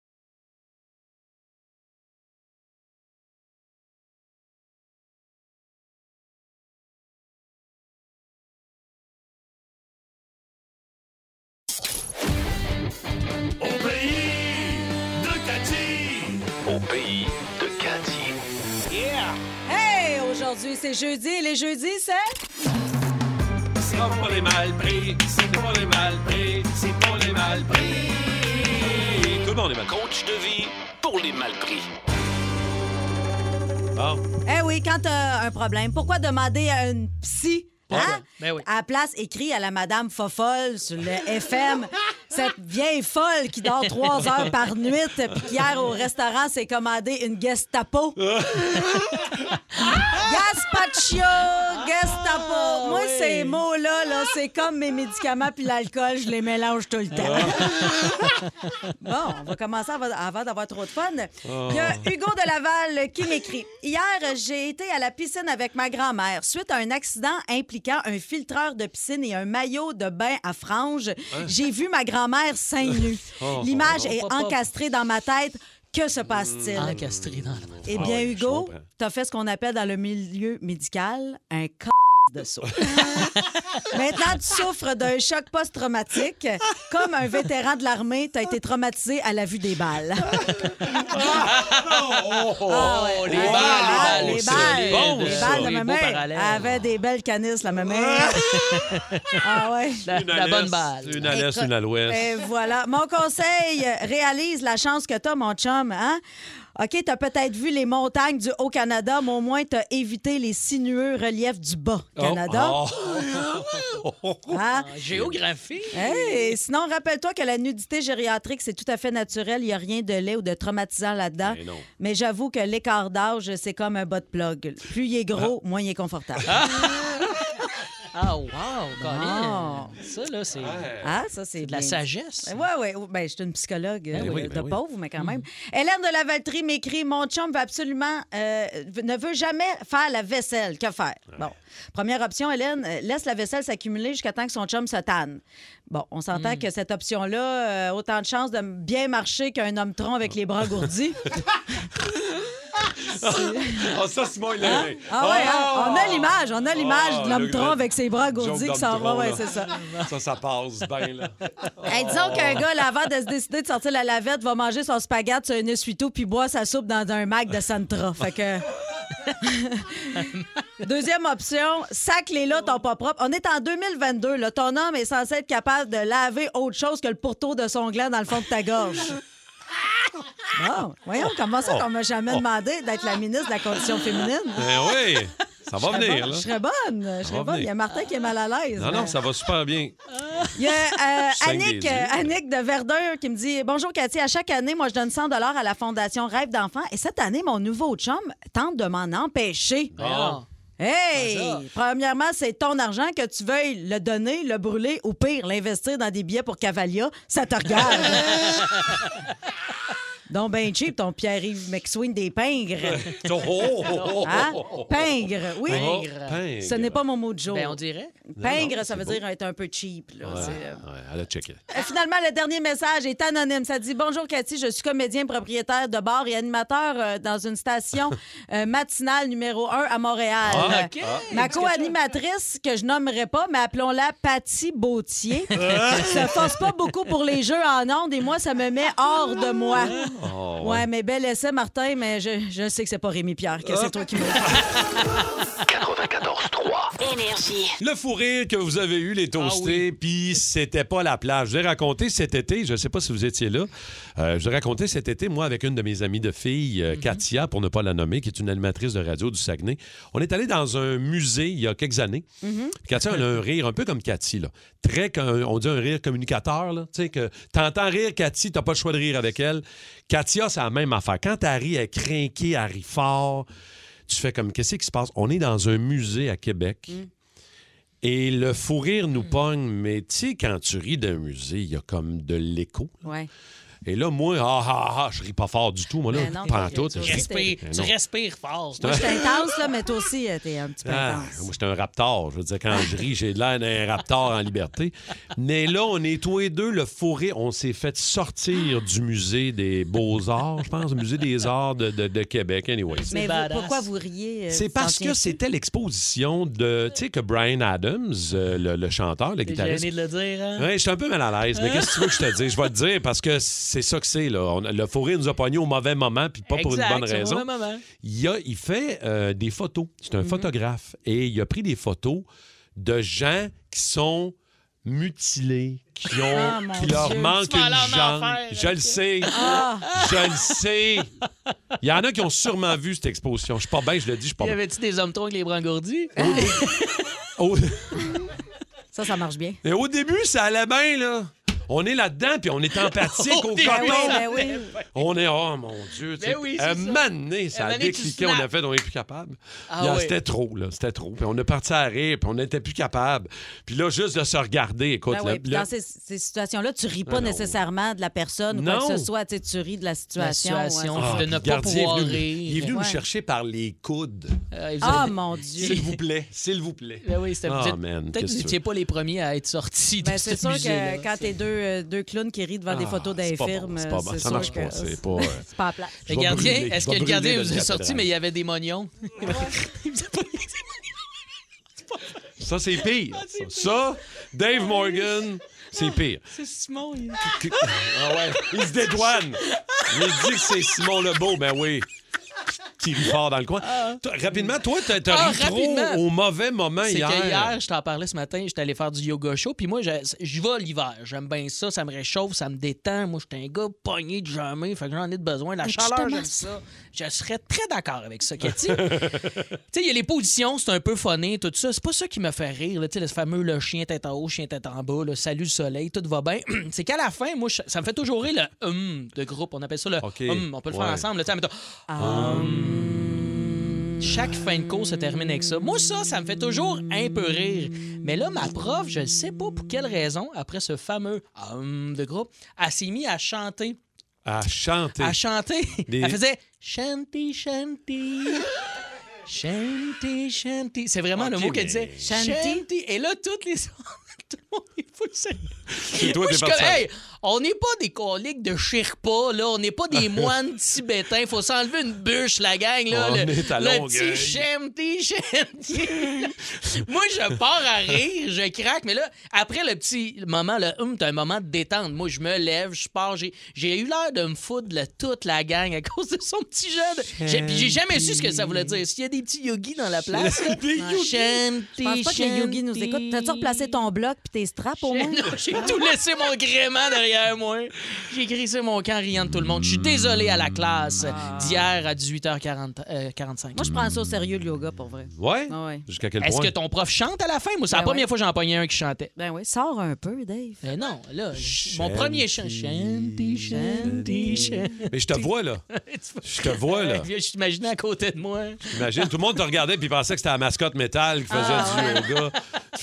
Speaker 5: Aujourd'hui, c'est jeudi. Et les jeudis, c'est...
Speaker 3: C'est pour les mal pris, c'est pour les mal pris, c'est pour les mal pris. Tout le monde est mal pris.
Speaker 2: Coach de vie pour les mal pris.
Speaker 3: Bon.
Speaker 5: Eh oui, quand t'as un problème, pourquoi demander à une psy... Hein?
Speaker 4: Ben oui.
Speaker 5: À la place, écrit à la madame Fofolle sur le FM, cette vieille folle qui dort 3 heures par nuit puis qui hier au restaurant s'est commandé une Gestapo. Gazpacho, Gestapo. Moi, ces mots-là, c'est comme mes médicaments puis l'alcool, je les mélange tout le temps. Bon, on va commencer avant d'avoir trop de fun. Il y a Hugo de Laval qui m'écrit. Hier, j'ai été à la piscine avec ma grand-mère suite à un accident impliquant un filtreur de piscine et un maillot de bain à franges. J'ai vu ma grand-mère seins nus. L'image est encastrée dans ma tête. Que se passe-t-il?
Speaker 4: Encastrée dans la tête.
Speaker 5: Eh bien, Hugo, t'as fait ce qu'on appelle dans le milieu médical un de saut. Maintenant, tu souffres d'un choc post-traumatique. Comme un vétéran de l'armée, tu as été traumatisé à la vue des balles.
Speaker 4: Les balles.
Speaker 5: Les balles de ma mère avait des belles canisses, la ma mère.
Speaker 4: La bonne balle.
Speaker 3: Une à l'est, une à l'ouest.
Speaker 5: Et voilà. Mon conseil, réalise la chance que t'as, mon chum, hein? OK, t'as peut-être vu les montagnes du Haut-Canada, mais au moins t'as évité les sinueux reliefs du Bas-Canada.
Speaker 4: Hein? Géographie.
Speaker 5: Hey, sinon, rappelle-toi que la nudité gériatrique, c'est tout à fait naturel. Il n'y a rien de laid ou de traumatisant là-dedans. Mais j'avoue que l'écart d'âge, c'est comme un bas de plug. Plus il est gros, moins il est confortable.
Speaker 4: Ah, wow, Colin. Ça, là, c'est
Speaker 5: ça, c'est
Speaker 4: de la sagesse.
Speaker 5: Oui. Ben, je suis une psychologue de pauvre, mais quand même. Hélène de la Valtrie m'écrit « Mon chum veut absolument... ne veut jamais faire la vaisselle. Que faire? » Bon. Première option, Hélène, laisse la vaisselle s'accumuler jusqu'à temps que son chum se tanne. Bon, on s'entend que cette option-là, autant de chances de bien marcher qu'un homme tronc avec les bras engourdis.
Speaker 3: Ça, Simon, il l'a aimé.
Speaker 5: On a l'image de l'homme tronc avec ses bras engourdis qui s'en va. C'est ça.
Speaker 3: Ça passe bien, là.
Speaker 5: Disons qu'un gars, là, avant de se décider de sortir la lavette, va manger son spaghette sur un essuie-tout puis boire sa soupe dans un Mac de Santra. Fait que... Deuxième option, sac les là, ton pas propre. On est en 2022. Là. Ton homme est censé être capable de laver autre chose que le pourtour de son gland dans le fond de ta gorge. Bon, voyons, comment ça qu'on m'a jamais demandé d'être la ministre de la Condition féminine?
Speaker 3: Oui, ça va venir. Là.
Speaker 5: Je serais bonne. Il y a Martin qui est mal à l'aise.
Speaker 3: Non, ça va super bien.
Speaker 5: Il y a Annick de Verdun qui me dit « Bonjour Cathy, à chaque année, moi, je donne 100 $ à la Fondation Rêve d'enfants et cette année, mon nouveau chum tente de m'en empêcher. Hey! Premièrement, c'est ton argent, que tu veuilles le donner, le brûler ou pire, l'investir dans des billets pour Cavalia. Ça te regarde. Donc, ben cheap, ton Pierre-Yves McSween des pingres. Pingre, oui.
Speaker 3: Pingre.
Speaker 5: Ce n'est pas mon mot de jour.
Speaker 4: Ben, on dirait.
Speaker 5: Pingre, ça veut dire être un peu cheap. Là.
Speaker 3: Elle a checké.
Speaker 5: Finalement, le dernier message est anonyme. Ça dit « Bonjour Cathy, je suis comédien propriétaire de bar et animateur dans une station matinale numéro 1 à Montréal. Ma co-animatrice, que je nommerai pas, mais appelons-la Patty Bautier, se force pas beaucoup pour les jeux en ondes et moi, ça me met hors de moi. Ouais, mais bel essai, Martin, mais je sais que c'est pas Rémi Pierre, que c'est toi qui me
Speaker 1: 94.3 Énergie.
Speaker 3: Le fou rire que vous avez eu, les toastés, puis c'était pas la plage. Je vous ai raconté cet été, je sais pas si vous étiez là, je vous ai raconté cet été, moi, avec une de mes amies de filles, Katia, pour ne pas la nommer, qui est une animatrice de radio du Saguenay. On est allé dans un musée il y a quelques années. Katia, elle a un rire un peu comme Cathy, là. On dit un rire communicateur, là. Tu sais, que t'entends rire Cathy, t'as pas le choix de rire avec elle. Katia, c'est la même affaire. Quand elle rit, elle est crinquée, elle rit fort. Tu fais comme, qu'est-ce qui se passe? On est dans un musée à Québec et le fou rire nous pogne, mais tu sais, quand tu ris d'un musée, il y a comme de l'écho.
Speaker 5: Ouais.
Speaker 3: Et là, moi, je ris pas fort du tout, moi, là. Pas en tout.
Speaker 4: Tu respires fort.
Speaker 5: Moi, je suis intense, là, mais toi aussi, t'es un petit peu intense.
Speaker 3: Moi, j'étais un raptor. Je veux dire, quand je ris, j'ai l'air d'un raptor en liberté. Mais là, on est tous les deux, le fou rire. On s'est fait sortir du musée des Beaux-Arts, je pense, le musée des Arts de Québec. Anyway.
Speaker 5: Mais pourquoi vous riez?
Speaker 3: C'est parce que c'était l'exposition de, tu sais, que Bryan Adams, le chanteur, le guitariste.
Speaker 4: J'ai gêné de le dire, hein?
Speaker 3: Oui, je suis un peu mal à l'aise, mais qu'est-ce que tu veux que je te dise? Je vais te dire parce que c'est ça que c'est, là. Le fou rire nous a pognés au mauvais moment, puis pas pour une bonne raison.
Speaker 4: Au mauvais moment.
Speaker 3: Il fait des photos. C'est un photographe. Et il a pris des photos de gens qui sont mutilés, qui leur manque une jambe. Je le sais. Je le sais. Il y en a qui ont sûrement vu cette exposition. Je suis pas bien, je le dis, je suis pas bien.
Speaker 4: Y avait-tu des hommes troncs avec les bras engourdis?
Speaker 5: Ça marche bien.
Speaker 3: Et au début, ça allait bien, là. On est là-dedans, puis on est empathique au coton.
Speaker 5: Oui.
Speaker 3: On est, oh mon Dieu. Un moment donné, ça a décliqué, on a fait, on n'est plus capable. C'était trop, là. C'était trop. Puis on est parti à rire, puis on n'était plus capable. Puis là, juste de se regarder, écoute.
Speaker 5: Dans ces situations-là, tu ris pas nécessairement de la personne ou quoi que ce soit. Tu ris de la situation.
Speaker 4: De ne pas pouvoir rire.
Speaker 3: Il est venu nous chercher par les coudes.
Speaker 5: Mon Dieu.
Speaker 3: S'il vous plaît, s'il vous plaît.
Speaker 4: Ben oui, peut-être que vous n'étiez pas les premiers à être sortis de ce musée.
Speaker 5: C'est sûr que quand t'es deux clowns qui rient devant des photos d'infirmes,
Speaker 3: c'est pas bon. Ça marche pas. C'est pas
Speaker 5: à plat.
Speaker 4: Le gardien, est-ce que le gardien vous est sorti, mais il y avait des mognons?
Speaker 3: Ça, c'est pire. Ça, Dave Morgan, c'est pire.
Speaker 4: C'est Simon.
Speaker 3: Il se dédouane. Il dit que c'est Simon Lebeau. Ben oui. Qui rit fort dans le coin. Rapidement, toi, t'as ri trop au mauvais moment hier.
Speaker 4: C'est que hier, je t'en parlais ce matin, j'étais allé faire du yoga chaud, puis moi, je vais l'hiver. J'aime bien ça, ça me réchauffe, ça me détend. Moi, j'étais un gars pogné de jamais, fait que j'en ai de besoin. La chaleur, j'aime ça. Je serais très d'accord avec ça, Cathy. Tu sais, il y a les positions, c'est un peu funné, tout ça. C'est pas ça qui me fait rire, tu sais, le fameux le chien tête en haut, chien tête en bas, le salut le soleil, tout va bien. C'est qu'à la fin, moi, ça me fait toujours rire le de groupe. On appelle ça le on peut le faire ensemble. Tu sais, je chaque fin de cours se termine avec ça. Moi, ça me fait toujours un peu rire. Mais là, ma prof, je ne sais pas pour quelle raison, après ce fameux de groupe, elle s'est mise à chanter.
Speaker 3: À chanter?
Speaker 4: À chanter. Elle faisait « Shanty, shanty ». Shanty, shanty. C'est vraiment le mot qu'elle disait. Shanty. Et là, toutes les... Tout le monde est fou de ça. Moi, je suis comme, hey, on n'est pas des coliques de Sherpa, là. On n'est pas des moines tibétains. Faut s'enlever une bûche, la gang, là.
Speaker 3: On est à
Speaker 4: le petit shanty. Moi, je pars à rire, je craque. Mais là, après le petit moment, t'as un moment de détente. Moi, je me lève, je pars. J'ai eu l'air de me foutre toute la gang à cause de son petit jeune. J'ai jamais su ce que ça voulait dire. S'il y a des petits yogis dans la place, là,
Speaker 5: Je pense pas que les yogis nous écoutent. T'as-tu replacé ton bloc puis tes straps au moins?
Speaker 4: Non, j'ai tout laissé mon gréement derrière moi. J'ai crissé mon camp riant de tout le monde. Je suis désolé à la classe d'hier à 18h45.
Speaker 5: Moi, je prends ça au sérieux, le yoga, pour vrai.
Speaker 3: Ouais?
Speaker 5: Ah ouais.
Speaker 3: Jusqu'à quel point?
Speaker 4: Est-ce que ton prof chante à la fin? Moi, c'est la première fois que j'en pognais un qui chantait.
Speaker 5: Ben oui, sors un peu, Dave.
Speaker 4: Ben non, là, mon premier chant. Shanty, shanty, shanty.
Speaker 3: Mais je te vois, là. Je te vois, là.
Speaker 4: Je t'imaginais à côté de moi.
Speaker 3: Imagine, tout le monde te regardait puis pensait que c'était la mascotte métal qui faisait du yoga.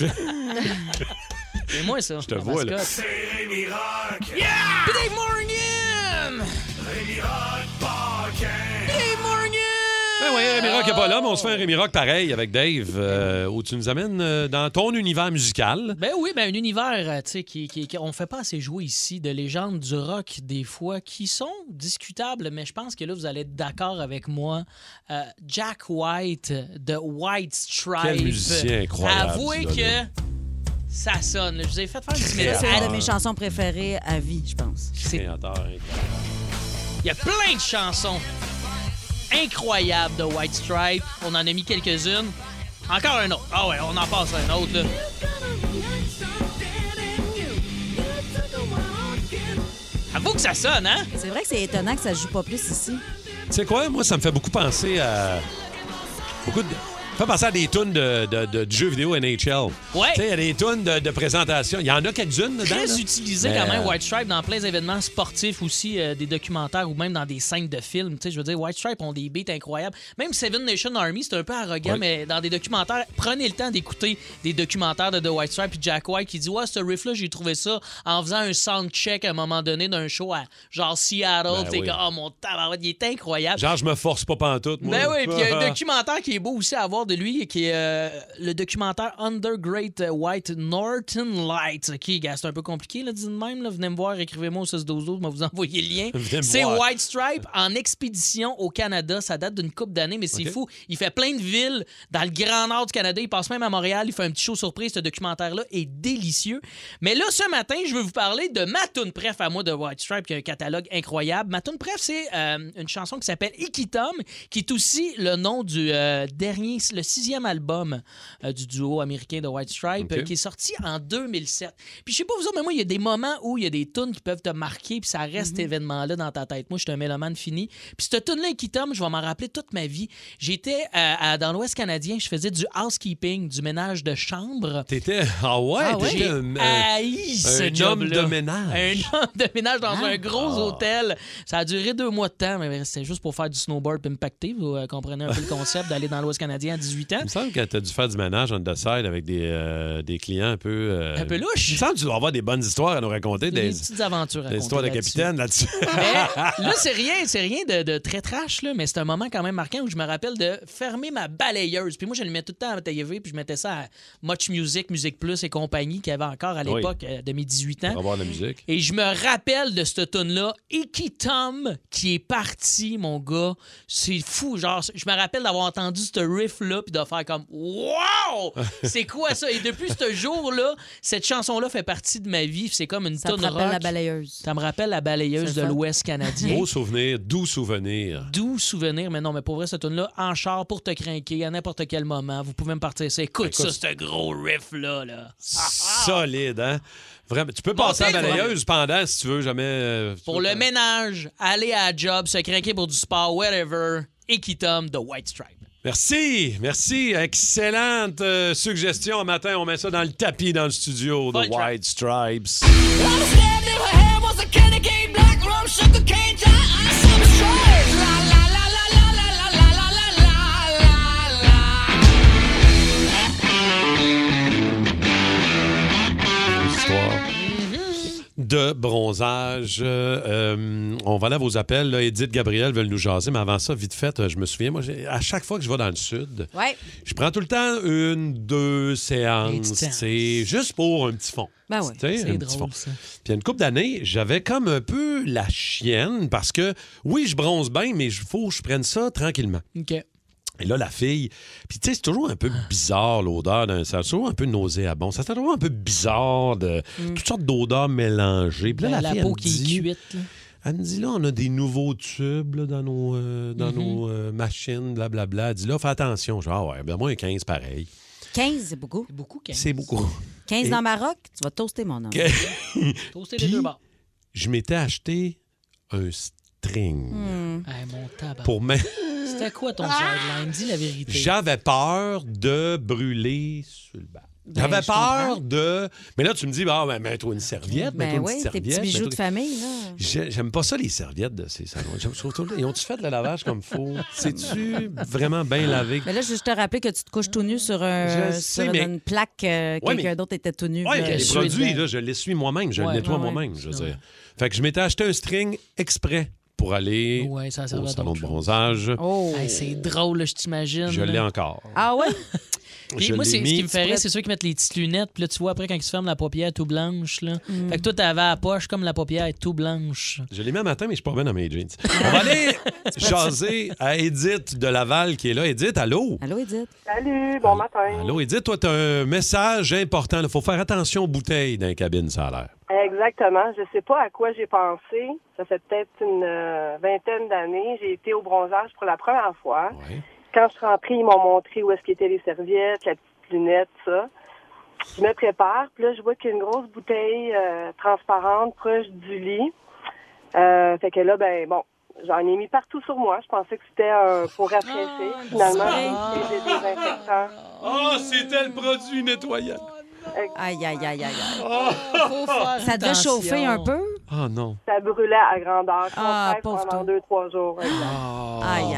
Speaker 4: C'est moi, ça.
Speaker 3: Je te vois, là.
Speaker 2: C'est Rémi Rock!
Speaker 4: Yeah! Dave Morgan!
Speaker 2: Rémi Rock Paquin!
Speaker 4: Dave Morgan!
Speaker 3: Ben oui, Rémi Rock n'est pas là, mais on se fait un Rémi Rock pareil avec Dave, où tu nous amènes dans ton univers musical.
Speaker 4: Ben oui, un univers, tu sais, on fait pas assez jouer ici de légendes du rock, des fois, qui sont discutables, mais je pense que là, vous allez être d'accord avec moi. Jack White, de White Stripes.
Speaker 3: Quel musicien incroyable.
Speaker 4: Avouez que... ça sonne. Je vous ai fait faire une petite minute.
Speaker 5: C'est une de mes chansons préférées à vie, je pense.
Speaker 4: Il y a plein de chansons incroyables de White Stripes. On en a mis quelques-unes. Encore un autre. Ah ouais, on en passe un autre, là. Avoue que ça sonne, hein?
Speaker 5: C'est vrai que c'est étonnant que ça joue pas plus ici.
Speaker 3: Tu sais quoi? Moi, ça me fait beaucoup penser à... Ça fait penser à des tunes de jeux vidéo NHL.
Speaker 4: Ouais.
Speaker 3: Tu sais, il y a des tunes de présentation. Il y en a quelques-unes dedans.
Speaker 4: Très
Speaker 3: là.
Speaker 4: utilisé quand même, White Stripe, dans plein d'événements sportifs aussi, des documentaires ou même dans des scènes de films. Tu sais, je veux dire, White Stripe ont des beats incroyables. Même Seven Nation Army, c'est un peu arrogant, mais dans des documentaires, prenez le temps d'écouter des documentaires de The White Stripe. Puis Jack White qui dit, ouais, ce riff-là, j'ai trouvé ça en faisant un soundcheck à un moment donné d'un show à genre Seattle. T'es comme, oh mon tabarouette, il est incroyable.
Speaker 3: Genre, je me force pas pantoute, moi.
Speaker 4: Ben oui, puis il y a un documentaire qui est beau aussi à voir de lui, qui est le documentaire Under Great White Northern Lights. OK, gars, c'est un peu compliqué, là, dis de même. Là. Venez me voir, écrivez-moi au 612, je vais vous envoyer le lien. C'est White Stripe en expédition au Canada. Ça date d'une couple d'années, mais c'est fou. Il fait plein de villes dans le grand nord du Canada. Il passe même à Montréal. Il fait un petit show surprise. Ce documentaire-là est délicieux. Mais là, ce matin, je veux vous parler de ma toune préf à moi de White Stripe, qui a un catalogue incroyable. Ma toune préf, c'est une chanson qui s'appelle Icky Tom, qui est aussi le nom du dernier, le 6e album du duo américain de White Stripe, qui est sorti en 2007. Puis je sais pas vous autres, mais moi, il y a des moments où il y a des tunes qui peuvent te marquer, puis ça reste cet événement-là dans ta tête. Moi, je suis un mélomane fini. Puis cette tune-là, Icky Tom, je vais m'en rappeler toute ma vie. J'étais dans l'Ouest canadien, je faisais du housekeeping, du ménage de chambre.
Speaker 3: T'étais... Ah ouais?
Speaker 4: J'ai haï ce job-là.
Speaker 3: Un homme de ménage.
Speaker 4: Un homme de ménage dans un gros hôtel. Ça a duré 2 mois de temps, mais c'était juste pour faire du snowboard puis me pacter. Vous comprenez un peu le concept d'aller dans l'Ouest canadien à 18 ans.
Speaker 3: Il me semble que tu as dû faire du ménage on the side avec des clients un peu...
Speaker 4: un peu louches.
Speaker 3: Il me semble que tu dois avoir des bonnes histoires à nous raconter.
Speaker 4: Des petites aventures à raconter.
Speaker 3: Des histoires de capitaine là-dessus.
Speaker 4: Mais là, c'est rien de très trash, là, mais c'est un moment quand même marquant où je me rappelle de fermer ma balayeuse. Puis moi, je le mets tout le temps à la TV, puis je mettais ça à Much Music, Music Plus et compagnie, qu'il y avait encore à l'époque de mes 18 ans.
Speaker 3: On va voir la musique.
Speaker 4: Et je me rappelle de cette tune-là, Icky Tom, qui est parti, mon gars. C'est fou. Genre, je me rappelle d'avoir entendu ce riff-là, puis de faire comme wow! C'est quoi ça? Et depuis ce jour-là, cette chanson-là fait partie de ma vie. C'est comme une tune rock. Ça me rappelle
Speaker 5: la balayeuse.
Speaker 4: Ça me rappelle la balayeuse de l'Ouest canadien.
Speaker 3: Beau souvenir, doux souvenir.
Speaker 4: Doux souvenir, mais non, mais pour vrai, cette tune-là, en char pour te craquer à n'importe quel moment, vous pouvez me partir ça. Écoute ça, ce gros riff-là. Là.
Speaker 3: Solide, hein? Vraiment, tu peux passer à la balayeuse pendant, si tu veux, jamais...
Speaker 4: pour le ménage, aller à la job, se craquer pour du sport, whatever, Icky Tom de White Stripe.
Speaker 3: Merci. Excellente suggestion. Un matin, on met ça dans le tapis dans le studio de White Stripes. histoires de bronzage. On va aller à vos appels. Là, Edith, Gabriel veulent nous jaser, mais avant ça, vite fait, je me souviens, moi, à chaque fois que je vais dans le sud, je prends tout le temps 1-2 séances, juste pour un petit fond.
Speaker 4: Ben oui, c'est drôle, ça.
Speaker 3: Puis il y a une couple d'années, j'avais comme un peu la chienne parce que, oui, je bronze bien, mais il faut que je prenne ça tranquillement.
Speaker 4: OK.
Speaker 3: Et là, la fille, puis tu sais, c'est toujours un peu bizarre l'odeur c'est toujours un peu nauséabond. Ça c'est toujours un peu bizarre toutes sortes d'odeurs mélangées. Puis là, la fille,
Speaker 4: peau qui est cuite. Là.
Speaker 3: Elle me dit, là, on a des nouveaux tubes là, dans nos machines, blablabla. Elle dit, là, fais attention. Genre, ouais, ben moi, 15 pareil.
Speaker 5: 15, c'est beaucoup.
Speaker 4: C'est beaucoup, 15.
Speaker 3: C'est beaucoup.
Speaker 5: 15 dans Maroc, tu vas toaster, mon homme.
Speaker 4: Toaster les deux bords.
Speaker 3: Je m'étais acheté un string.
Speaker 4: Hey, mon tabac.
Speaker 3: Pour
Speaker 4: C'était quoi ton sideline? Dis la vérité.
Speaker 3: J'avais peur de brûler sur le bas. J'avais peur de... Mais là, tu me dis, mets-toi une serviette, mets-toi une petite serviette.
Speaker 5: Tes petits bijoux de famille, là.
Speaker 3: J'aime pas ça, les serviettes de ces salons. Ils ont-tu fait le lavage comme il faut? C'est-tu vraiment bien lavé?
Speaker 5: Mais là, je veux juste te rappeler que tu te couches tout nu sur une plaque. Quelqu'un d'autre était tout nu.
Speaker 3: Oui, les produits, là, je l'essuie moi-même. Je le nettoie moi-même, je veux dire. Fait que je m'étais acheté un string exprès pour aller au salon de bronzage.
Speaker 4: Oh. Hey, c'est drôle, là, je t'imagine.
Speaker 3: Je l'ai encore.
Speaker 5: Ah ouais?
Speaker 4: Puis moi, ce qui me fait rire, c'est ceux qui mettent les petites lunettes. Puis là, tu vois, après, quand ils se ferment, la paupière est tout blanche. Là. Fait que toi, t'avais à la poche comme la paupière est tout blanche.
Speaker 3: Je l'ai mis un matin, mais je suis pas bien dans mes jeans. On va aller jaser à Edith de Laval qui est là. Edith, allô?
Speaker 5: Allô, Edith.
Speaker 9: Salut, bon matin.
Speaker 3: Allô, Edith, toi, tu as un message important. Il faut faire attention aux bouteilles dans les cabines, ça a l'air.
Speaker 9: Exactement. Je sais pas à quoi j'ai pensé. Ça fait peut-être une vingtaine d'années. J'ai été au bronzage pour la première fois.
Speaker 3: Ouais.
Speaker 9: Quand je suis rentrée, ils m'ont montré où est-ce qu'étaient les serviettes, la petite lunette, ça. Je me prépare, puis là, je vois qu'il y a une grosse bouteille transparente proche du lit. Fait que là, j'en ai mis partout sur moi. Je pensais que c'était pour rafraîchir. Finalement, c'était des désinfectants.
Speaker 3: C'était le produit nettoyant.
Speaker 5: Aïe.
Speaker 4: Faut faire
Speaker 5: Ça devait chauffer un peu?
Speaker 3: Ah non.
Speaker 9: Ça brûlait à grandeur. Pendant 2-3 jours.
Speaker 5: Aïe.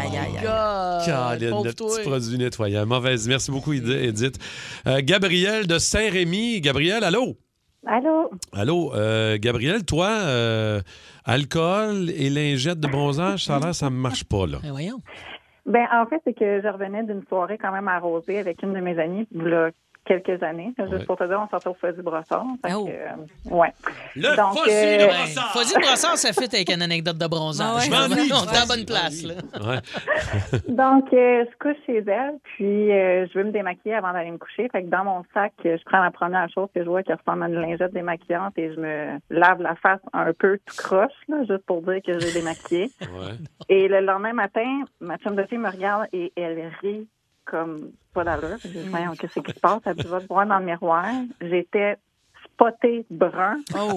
Speaker 3: Le petit produit nettoyant. Mauvaise. Merci beaucoup, Edith. Gabriel de Saint-Rémy. Gabriel, allô? Allô, Gabriel, toi, alcool et lingettes de bronzage, ça a l'air, ça ne marche pas, là.
Speaker 4: Voyons.
Speaker 10: En fait, c'est que je revenais d'une soirée quand même arrosée avec une de mes amies, là, quelques années. Juste pour te dire, on sortait au Fuzzy Brossard. Ouais.
Speaker 3: Le
Speaker 4: Fuzzy de Brossard! Fuzzy de Brossard, ça fit avec une anecdote de bronzage.
Speaker 3: Je m'ennuie.
Speaker 4: On est à la bonne place, là.
Speaker 3: Ouais.
Speaker 10: Donc, je couche chez elle, puis je veux me démaquiller avant d'aller me coucher. Fait que dans mon sac, je prends la première chose que je vois qui ressemble à une lingette démaquillante et je me lave la face un peu tout croche, là, juste pour dire que j'ai démaquillé.
Speaker 3: Ouais.
Speaker 10: Et le lendemain matin, ma chum de fille me regarde et elle rit comme pas d'allure. Je dis, voyons, qu'est-ce qui se passe? Elle dit, va te voir dans le miroir. J'étais spotée brun.
Speaker 4: Oh!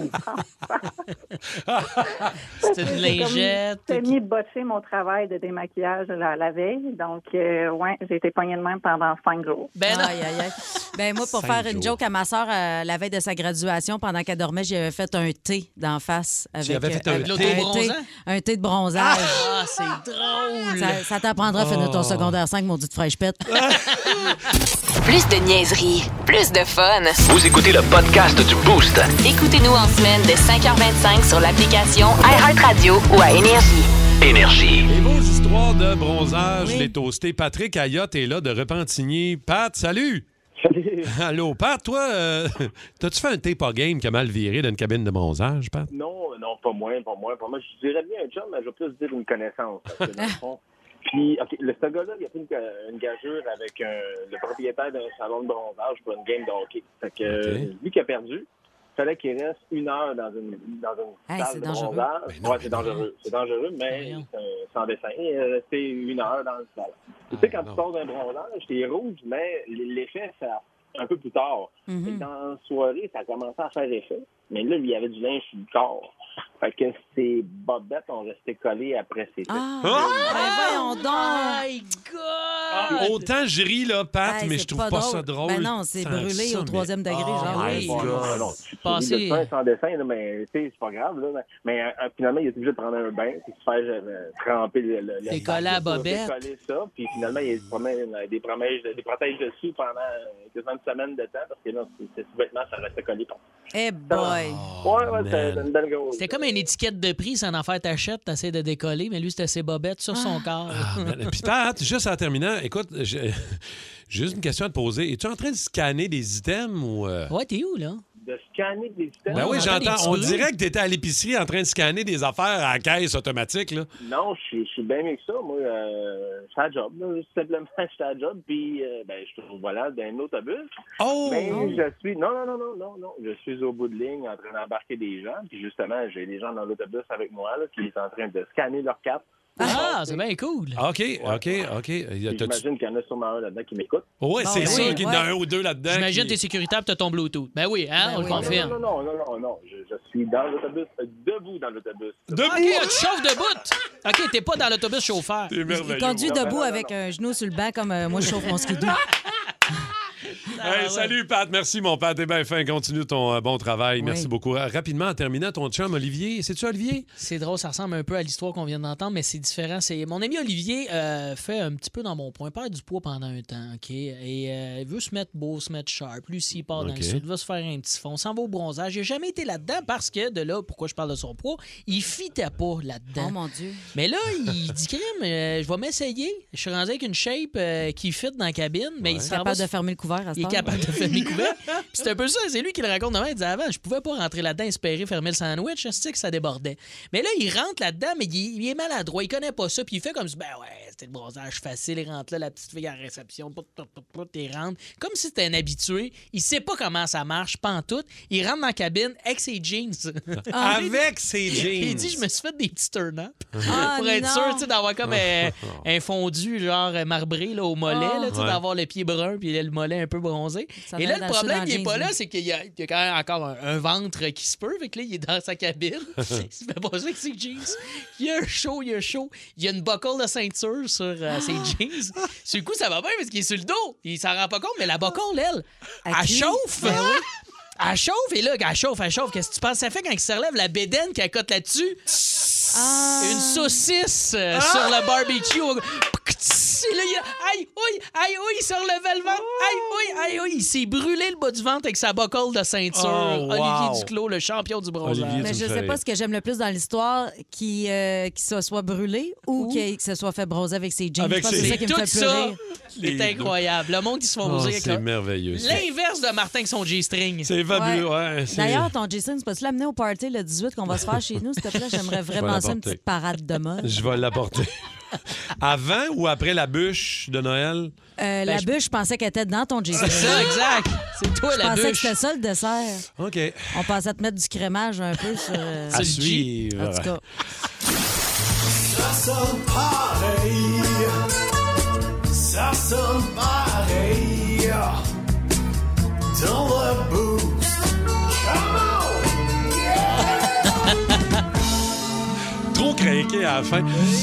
Speaker 4: C'était une lingette.
Speaker 10: J'ai botché mon travail de démaquillage la veille. Donc, j'ai été poignée de même pendant 5 jours.
Speaker 5: Aïe. Moi, pour faire une joke à ma soeur, la veille de sa graduation, pendant qu'elle dormait, j'avais fait un thé d'en face.
Speaker 3: Tu avais fait
Speaker 5: un thé de bronzage.
Speaker 4: Ah, c'est drôle!
Speaker 5: Ça t'apprendra à finir ton secondaire 5, maudite fraîche pète.
Speaker 1: Plus de niaiserie, plus de fun.
Speaker 2: Vous écoutez le podcast du Boost.
Speaker 1: Écoutez-nous en semaine de 5h25 sur l'application iHeartRadio ou à Énergie.
Speaker 3: Et vos histoires de bronzage, les toastés. Patrick Ayotte est là de Repentigny. Pat, salut!
Speaker 11: Salut!
Speaker 3: Allô, Pat, toi, t'as-tu fait un tape à game qui a mal viré dans une cabine de bronzage, Pat?
Speaker 11: Non, pas moi. Je dirais bien un chum, mais je vais plus dire une connaissance. Parce que dans le fond, puis, ce gars-là, il a fait une gageure avec le propriétaire d'un salon de bronzage pour une game de hockey. Fait que lui qui a perdu, il fallait qu'il reste 1 heure dans une salle de bronzage. C'est dangereux. C'est dangereux, mais sans dessin. Rester 1 heure dans le salle. Tu sais, quand tu sors d'un bronzage, t'es rouge, mais l'effet, ça un peu plus tard. Et dans la soirée, ça a commencé à faire effet. Mais là, il y avait du linge sur le corps. Fait que ces bobettes ont resté collées après ces tests.
Speaker 5: Voyons donc!
Speaker 4: My God!
Speaker 3: Autant je ris, là, Pat, mais je trouve pas ça drôle.
Speaker 5: Ben non, c'est brûlé au 3e degré, genre.
Speaker 11: Passé sans dessin, là, mais c'est pas grave. Là, mais finalement, il est obligé de prendre un bain et de se faire tremper le
Speaker 4: c'est collé à bobette.
Speaker 11: Coller ça, puis finalement, il se promène des protèges dessus pendant quasiment une semaine de temps parce que là, ces vêtements, ça restait collé
Speaker 5: Eh boy!
Speaker 11: Ouais, c'était une belle grosse.
Speaker 4: C'était comme une étiquette de prix, c'est une affaire t'achètes, t'essaies de décoller, mais lui, c'était ses bobettes sur son corps.
Speaker 3: Puis Pat, juste en terminant, écoute, j'ai juste une question à te poser. Es-tu en train de scanner des items ou...
Speaker 4: Ouais, t'es où, là?
Speaker 11: De scanner des items.
Speaker 3: Ben oui, j'entends. On dirait que tu étais à l'épicerie en train de scanner des affaires à la caisse automatique, là.
Speaker 11: Non, je suis bien mieux que ça. Moi, je suis à la job. Là. Simplement, je suis à la job, puis je suis au volant d'un autobus.
Speaker 3: Oh!
Speaker 11: Mais je suis... Non. Je suis au bout de ligne en train d'embarquer des gens, puis justement, j'ai des gens dans l'autobus avec moi là, qui sont en train de scanner leur carte.
Speaker 4: Ah, c'est bien cool.
Speaker 3: OK.
Speaker 11: J'imagine qu'il y en a sûrement un là-dedans qui m'écoute.
Speaker 3: Oui, c'est sûr qu'il y en a un ou deux là-dedans.
Speaker 4: J'imagine que t'es sécuritaire et t'as ton Bluetooth. Ben oui, on le confirme.
Speaker 11: Non. Je suis dans l'autobus, debout dans l'autobus.
Speaker 4: Debout? OK, tu chauffes debout. OK, t'es pas dans l'autobus chauffeur.
Speaker 5: Il conduit debout avec un genou sur le banc comme moi, je chauffe mon skidoo.
Speaker 3: Hey, salut, Pat. Merci, mon Pat. T'es bien fin. Continue ton bon travail. Merci beaucoup. Rapidement, en terminant, ton chum, Olivier. C'est-tu Olivier?
Speaker 4: C'est drôle, ça ressemble un peu à l'histoire qu'on vient d'entendre, mais c'est différent. Mon ami Olivier fait un petit peu dans mon point. Perd du poids pendant un temps, OK? Et il veut se mettre beau, se mettre sharp. Lui, s'il part dans le sud, il va se faire un petit fond, s'en va au bronzage. Il n'a jamais été là-dedans parce que, de là, pourquoi je parle de son poids, il fitait pas là-dedans.
Speaker 5: Oh, mon Dieu.
Speaker 4: Mais là, il dit, crème, je vais m'essayer. Je suis rendu avec une shape qui fit dans la cabine. Mais il est
Speaker 5: capable de fermer le couvert à ce
Speaker 4: Il est capable de fermer le couvert. Puis c'est un peu ça, c'est lui qui le raconte demain. Il disait avant, je pouvais pas rentrer là-dedans, espérer fermer le sandwich. Je sais que ça débordait. Mais là, il rentre là-dedans, mais il est maladroit. Il connaît pas ça. Puis il fait comme si, c'était le bronzage facile. Il rentre là, la petite fille à la réception. Il rentre. Comme si c'était un habitué. Il sait pas comment ça marche, pas en tout. Il rentre dans la cabine avec ses jeans.
Speaker 3: Avec ses jeans.
Speaker 4: Il dit, je me suis fait des petits turn-up pour être sûr d'avoir comme un fondu, genre marbré là, au mollet, d'avoir le pied brun puis le mollet un peu bronzé. Et là, le problème, il n'est pas là, c'est qu'il y a quand même encore un ventre qui se peut. Fait que là, il est dans sa cabine. Il se fait passer avec ses jeans. Il y a un chaud. Il y a une buckle de ceinture sur ses jeans. Sur le coup, ça va bien parce qu'il est sur le dos. Il s'en rend pas compte, mais la buckle, elle chauffe. Elle chauffe, et là, elle chauffe. Qu'est-ce que tu penses? Ça fait quand il se relève la bédaine qu'elle cote là-dessus. Une saucisse sur le barbecue. Et là, il se relevait le ventre. Il s'est brûlé le bas du ventre avec sa buckle de ceinture. Olivier Duclos, le champion du bronzage.
Speaker 5: Mais je sais pas ce que j'aime le plus dans l'histoire, qu'il se soit brûlé ou qu'il se soit fait bronzer avec ses jeans. Je pense que c'est ça qui me fait pleurer.
Speaker 4: C'est incroyable. Le monde qui se font bronzer avec
Speaker 3: c'est merveilleux.
Speaker 4: L'inverse de Martin avec son G-string.
Speaker 3: C'est fabuleux,
Speaker 5: D'ailleurs, ton G-string, c'est pas-tu l'amener au party le 18 qu'on va se faire chez nous, s'il te plaît? J'aimerais vraiment ça, une petite parade de mode.
Speaker 3: Je vais l'apporter. Avant ou après la bûche de Noël?
Speaker 5: La bûche, je pensais qu'elle était dans ton G-string.
Speaker 4: C'est ça, exact. C'est toi, la bûche.
Speaker 5: Je pensais que c'était ça, le dessert.
Speaker 3: OK.
Speaker 5: On pensait te mettre du crémage un peu sur...
Speaker 3: à suivre.
Speaker 5: En tout cas.
Speaker 12: Ça sonne pareil. Ça sonne pareil. Dans le boost. Come on! Yeah!
Speaker 3: Trop craqué à la fin.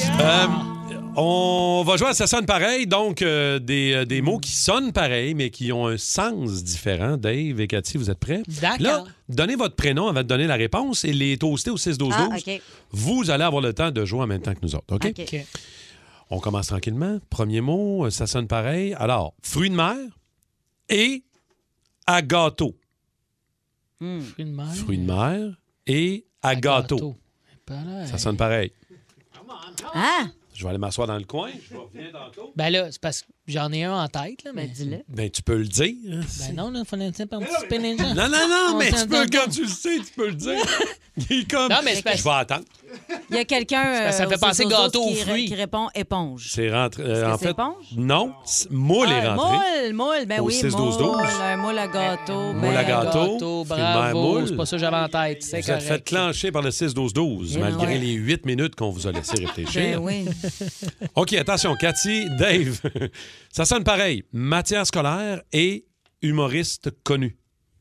Speaker 3: On va jouer à Ça sonne pareil, donc des mots qui sonnent pareil, mais qui ont un sens différent. Dave et Cathy, vous êtes prêts?
Speaker 4: D'accord.
Speaker 3: Là, donnez votre prénom avant de donner la réponse et les toaster au 6-12-12.
Speaker 5: OK.
Speaker 3: Vous allez avoir le temps de jouer en même temps que nous autres, OK?
Speaker 5: OK.
Speaker 3: On commence tranquillement. Premier mot, ça sonne pareil. Alors, fruits de mer et à gâteau.
Speaker 4: Fruits de mer.
Speaker 3: Fruits de mer et à gâteau. Ça sonne pareil.
Speaker 5: Ah!
Speaker 3: Je vais aller m'asseoir dans le coin. Je reviens tantôt.
Speaker 4: Ben là, c'est parce que j'en ai un en tête, là, mais dis-le.
Speaker 3: Ben, tu peux le dire.
Speaker 4: Ben non, il faut participer les gens.
Speaker 3: Non, mais tu peux, quand tu le sais, tu peux le dire. Il est comme...
Speaker 4: Non, mais c'est
Speaker 3: je vais attendre.
Speaker 5: Il y a quelqu'un
Speaker 4: ça fait penser gâteau aux fruits.
Speaker 5: qui répond éponge.
Speaker 3: C'est rentré. En
Speaker 5: c'est
Speaker 3: fait,
Speaker 5: éponge?
Speaker 3: non. Moule est rentré.
Speaker 5: Moule, ben
Speaker 3: au
Speaker 5: oui,
Speaker 3: 6-12-12.
Speaker 5: Un moule à gâteau.
Speaker 3: Moule à gâteau.
Speaker 4: Bravo. C'est pas ça que j'avais en tête. C'est
Speaker 3: vous êtes fait clencher par le 6-12-12, malgré les 8 minutes qu'on vous a laissé réfléchir.
Speaker 5: Ben oui.
Speaker 3: OK, attention, Cathy, Dave. Ça sonne pareil. Matière scolaire et humoriste connu.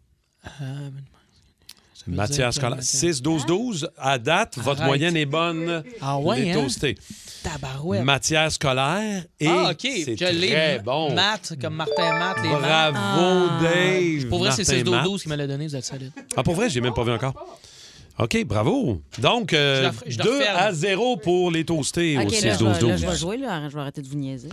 Speaker 3: Matière scolaire. 6-12-12. À date, votre moyenne est bonne.
Speaker 4: Ah ouais,
Speaker 3: les toastés.
Speaker 4: Tabarouette.
Speaker 3: Matière scolaire et
Speaker 4: OK.
Speaker 3: c'est
Speaker 4: Je l'ai.
Speaker 3: très bon.
Speaker 4: Maths, comme Martin Maths. Les
Speaker 3: Bravo, Dave.
Speaker 4: Pour vrai, c'est
Speaker 3: Martin
Speaker 4: 6-12-12 qui me l'a donné. Vous êtes solide.
Speaker 3: Ah, pour vrai, je l'ai même pas vu encore. OK, bravo. Donc, 2-0 pour les toastés au 6-12-12.
Speaker 5: Là, je vais jouer. Là. Je vais arrêter de vous niaiser.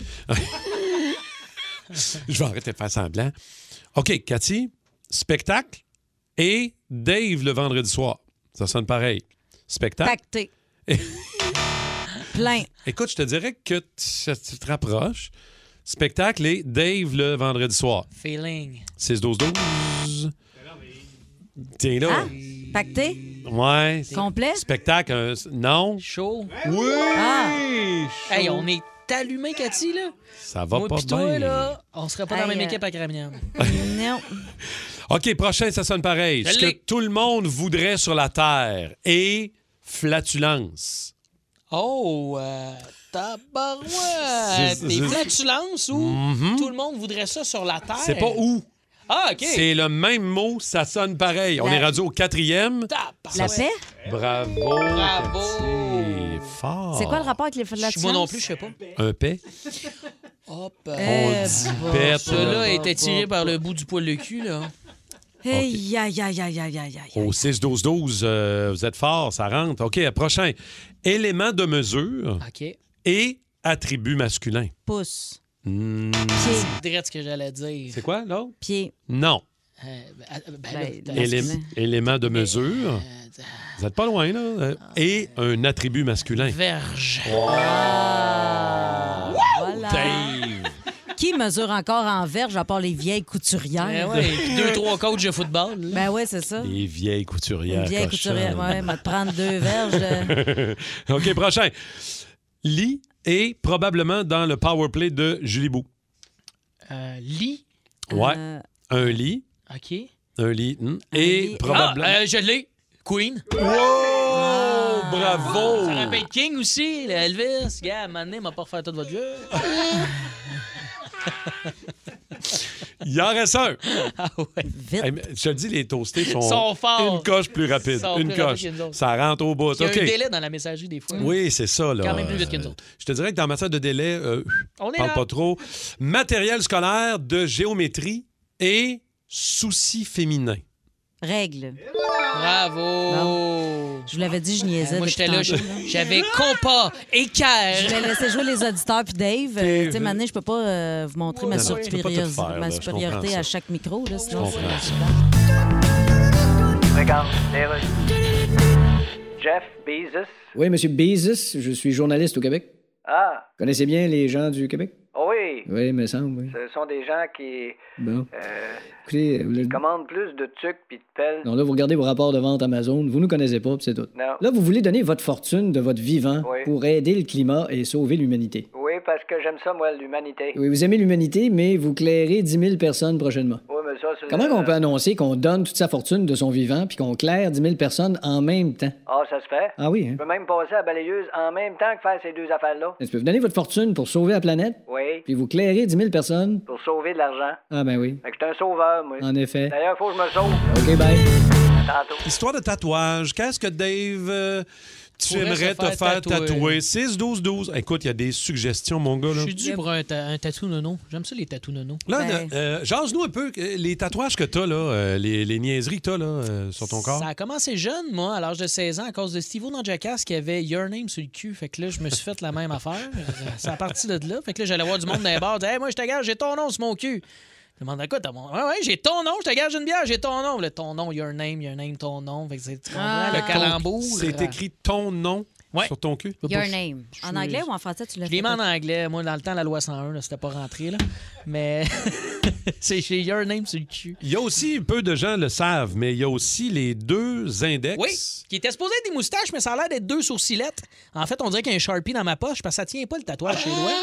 Speaker 3: Je vais arrêter de faire semblant. OK, Cathy, spectacle Et Dave le vendredi soir. Ça sonne pareil. Spectacle.
Speaker 5: Pacté. Plein.
Speaker 3: Écoute, je te dirais que tu te rapproches. Spectacle et Dave le vendredi soir.
Speaker 4: Feeling.
Speaker 3: 6-12-12. Tiens là.
Speaker 5: Ah, pacté?
Speaker 3: Ouais.
Speaker 5: Complet?
Speaker 3: Spectacle, non.
Speaker 4: Chaud.
Speaker 3: Oui!
Speaker 5: Ah.
Speaker 3: Chaud.
Speaker 4: Hey, on est allumé, Cathy, là.
Speaker 3: Ça va
Speaker 4: Moi
Speaker 3: pas
Speaker 4: pis toi,
Speaker 3: bien.
Speaker 4: là, on serait pas dans la même
Speaker 5: Hey,
Speaker 4: équipe à Caramiam.
Speaker 5: Non.
Speaker 3: OK, prochain, ça sonne pareil. Ce que tout le monde voudrait sur la Terre et flatulence.
Speaker 4: Oh, tabarouette! Des flatulences où tout le monde voudrait ça sur la Terre?
Speaker 3: C'est pas où.
Speaker 4: Ah, OK.
Speaker 3: C'est le même mot, ça sonne pareil. On est rendu au 4e.
Speaker 5: La paix?
Speaker 3: Bravo. Cathy. Fort.
Speaker 5: C'est quoi le rapport avec les flatulences?
Speaker 4: Moi non plus, je sais pas.
Speaker 3: Un paix?
Speaker 4: Hop.
Speaker 3: On dit pète.
Speaker 4: Celui-là était tiré par le bout du poil de cul, là.
Speaker 5: Hey, aïe, aïe, aïe, aïe, aïe.
Speaker 3: Au 6-12-12, vous êtes fort, ça rentre. OK, prochain. Élément de mesure
Speaker 4: OK.
Speaker 3: et attribut masculin.
Speaker 5: Pouce.
Speaker 3: Hmm.
Speaker 4: C'est direct ce que j'allais dire.
Speaker 3: C'est quoi, là?
Speaker 5: Pied.
Speaker 3: Non. Élément de mesure. Vous n'êtes pas loin, là. Et un attribut masculin.
Speaker 4: Verge.
Speaker 5: Voilà.
Speaker 3: Dave.
Speaker 5: Qui mesure encore en verge à part les vieilles couturières?
Speaker 4: Ben ouais, puis 2-3 coachs de football. Là.
Speaker 5: Ben oui, c'est ça.
Speaker 3: Les vieilles couturières.
Speaker 5: Une vieille couturière, oui, va te prendre 2 verges.
Speaker 3: OK, prochain. Lit est probablement dans le power play de Julie Bou.
Speaker 4: Lit?
Speaker 3: Ouais. Un lit.
Speaker 4: OK.
Speaker 3: Un lit. Et
Speaker 4: lit.
Speaker 3: probablement...
Speaker 4: Ah, je l'ai. Queen.
Speaker 3: Wow! Bravo!
Speaker 4: Ça rappelle King aussi, le Elvis. Gars, à un moment donné, il m'a pas refait tout votre jeu.
Speaker 3: Il en reste un.
Speaker 4: Ah ouais.
Speaker 5: Vite.
Speaker 3: Hey, je te le dis, les toastés
Speaker 4: Sont forts.
Speaker 3: une coche plus rapide.
Speaker 4: Sont
Speaker 3: Une
Speaker 4: plus
Speaker 3: coche.
Speaker 4: rapides que nous autres.
Speaker 3: Ça rentre au bout.
Speaker 4: Il y a
Speaker 3: OK.
Speaker 4: un délai dans la messagerie des fois.
Speaker 3: Oui, c'est ça. Là.
Speaker 4: Quand même plus vite que nous autres.
Speaker 3: Je te dirais que dans matière de délai,
Speaker 4: On est
Speaker 3: parle
Speaker 4: là.
Speaker 3: pas trop. Matériel scolaire de géométrie et soucis féminins.
Speaker 5: Règle.
Speaker 4: Bravo.
Speaker 5: Je vous l'avais dit, je niaisais.
Speaker 4: Moi,
Speaker 5: depuis
Speaker 4: j'étais là,
Speaker 5: tantôt,
Speaker 4: j'avais compas, équerre.
Speaker 5: Je vais laisser jouer les auditeurs puis Dave. Tu sais, maintenant, je peux pas vous montrer ma
Speaker 3: Non, non, tu peux pas tout faire, là, je
Speaker 5: supériorité
Speaker 3: comprends
Speaker 5: à
Speaker 3: ça.
Speaker 5: chaque micro. Là, sinon,
Speaker 3: Je comprends
Speaker 5: c'est-
Speaker 7: Regarde, les rues. Jeff Bezos.
Speaker 6: Oui, Monsieur Bezos, je suis journaliste au Québec.
Speaker 7: Ah,
Speaker 6: Connaissez bien les gens du Québec?
Speaker 7: oh oui.
Speaker 6: Oui, me semble, oui.
Speaker 7: Ce sont des gens qui
Speaker 6: Bon. Écoutez,
Speaker 7: commandent plus de tucs puis de pelles.
Speaker 6: non, là, vous regardez vos rapports de vente Amazon, vous nous connaissez pas, puis c'est tout.
Speaker 7: Non.
Speaker 6: Là, vous voulez donner votre fortune de votre vivant
Speaker 7: Oui.
Speaker 6: pour aider le climat et sauver l'humanité.
Speaker 7: Oui, parce que j'aime ça, moi, l'humanité.
Speaker 6: Oui, vous aimez l'humanité, mais vous clairez 10 000 personnes prochainement.
Speaker 7: Oui, mais ça, c'est...
Speaker 6: Comment on peut annoncer qu'on donne toute sa fortune de son vivant puis qu'on claire 10 000 personnes en même temps?
Speaker 7: Ah, ça se fait.
Speaker 6: Ah oui, hein?
Speaker 7: Je peux même passer à la balayeuse en même temps que faire ces deux affaires-là.
Speaker 6: Est-ce que vous donnez votre fortune pour sauver la planète,
Speaker 7: Oui,
Speaker 6: puis vous clairez 10 000 personnes?
Speaker 7: pour sauver de l'argent.
Speaker 6: Ah ben oui,
Speaker 7: Fait que je suis un sauveur, moi.
Speaker 6: en effet.
Speaker 7: D'ailleurs, faut que je me sauve.
Speaker 6: OK, bye.
Speaker 7: Tantôt.
Speaker 3: Histoire de tatouage. Qu'est-ce que Dave, tu
Speaker 4: Pourrait
Speaker 3: aimerais
Speaker 4: se
Speaker 3: te
Speaker 4: faire
Speaker 3: faire
Speaker 4: tatouer.
Speaker 3: tatouer? 6-12-12. Écoute, il y a des suggestions, mon gars.
Speaker 4: Je
Speaker 3: Là,
Speaker 4: suis dû pour un tatou nono. J'aime ça, les tatous nono.
Speaker 5: Ben.
Speaker 3: Jase-nous un peu les tatouages que t'as, là, les niaiseries que t'as là, sur ton corps.
Speaker 4: Ça a commencé jeune, moi, à l'âge de 16 ans, à cause de Steve-O dans Jackass qui avait Your Name sur le cul. Fait que là, je me suis fait la même affaire. C'est à partir de là. Fait que là, j'allais voir du monde dans les bars. Hey, moi, je te gage, j'ai ton nom sur mon cul. Je demande à quoi t'as mon. Ouais, j'ai ton nom, je te gage une bière, j'ai ton nom. Là, ton nom, your name, ton nom. Fait que tu comprends le calembour.
Speaker 3: C'est écrit ton nom sur ton cul?
Speaker 5: Your name. En anglais ou en français, tu l'as
Speaker 4: Je
Speaker 5: fait?
Speaker 4: l'ai mis en anglais. Moi, dans le temps, la loi 101, là, c'était pas rentré. Là. Mais c'est chez Your Name sur le cul.
Speaker 3: Il y a aussi, peu de gens le savent, mais il y a aussi les 2 index.
Speaker 4: Oui, qui était supposé être des moustaches, mais ça a l'air d'être 2 sourcillettes. En fait, on dirait qu'il y a un Sharpie dans ma poche parce que ça tient pas le tatouage chez moi.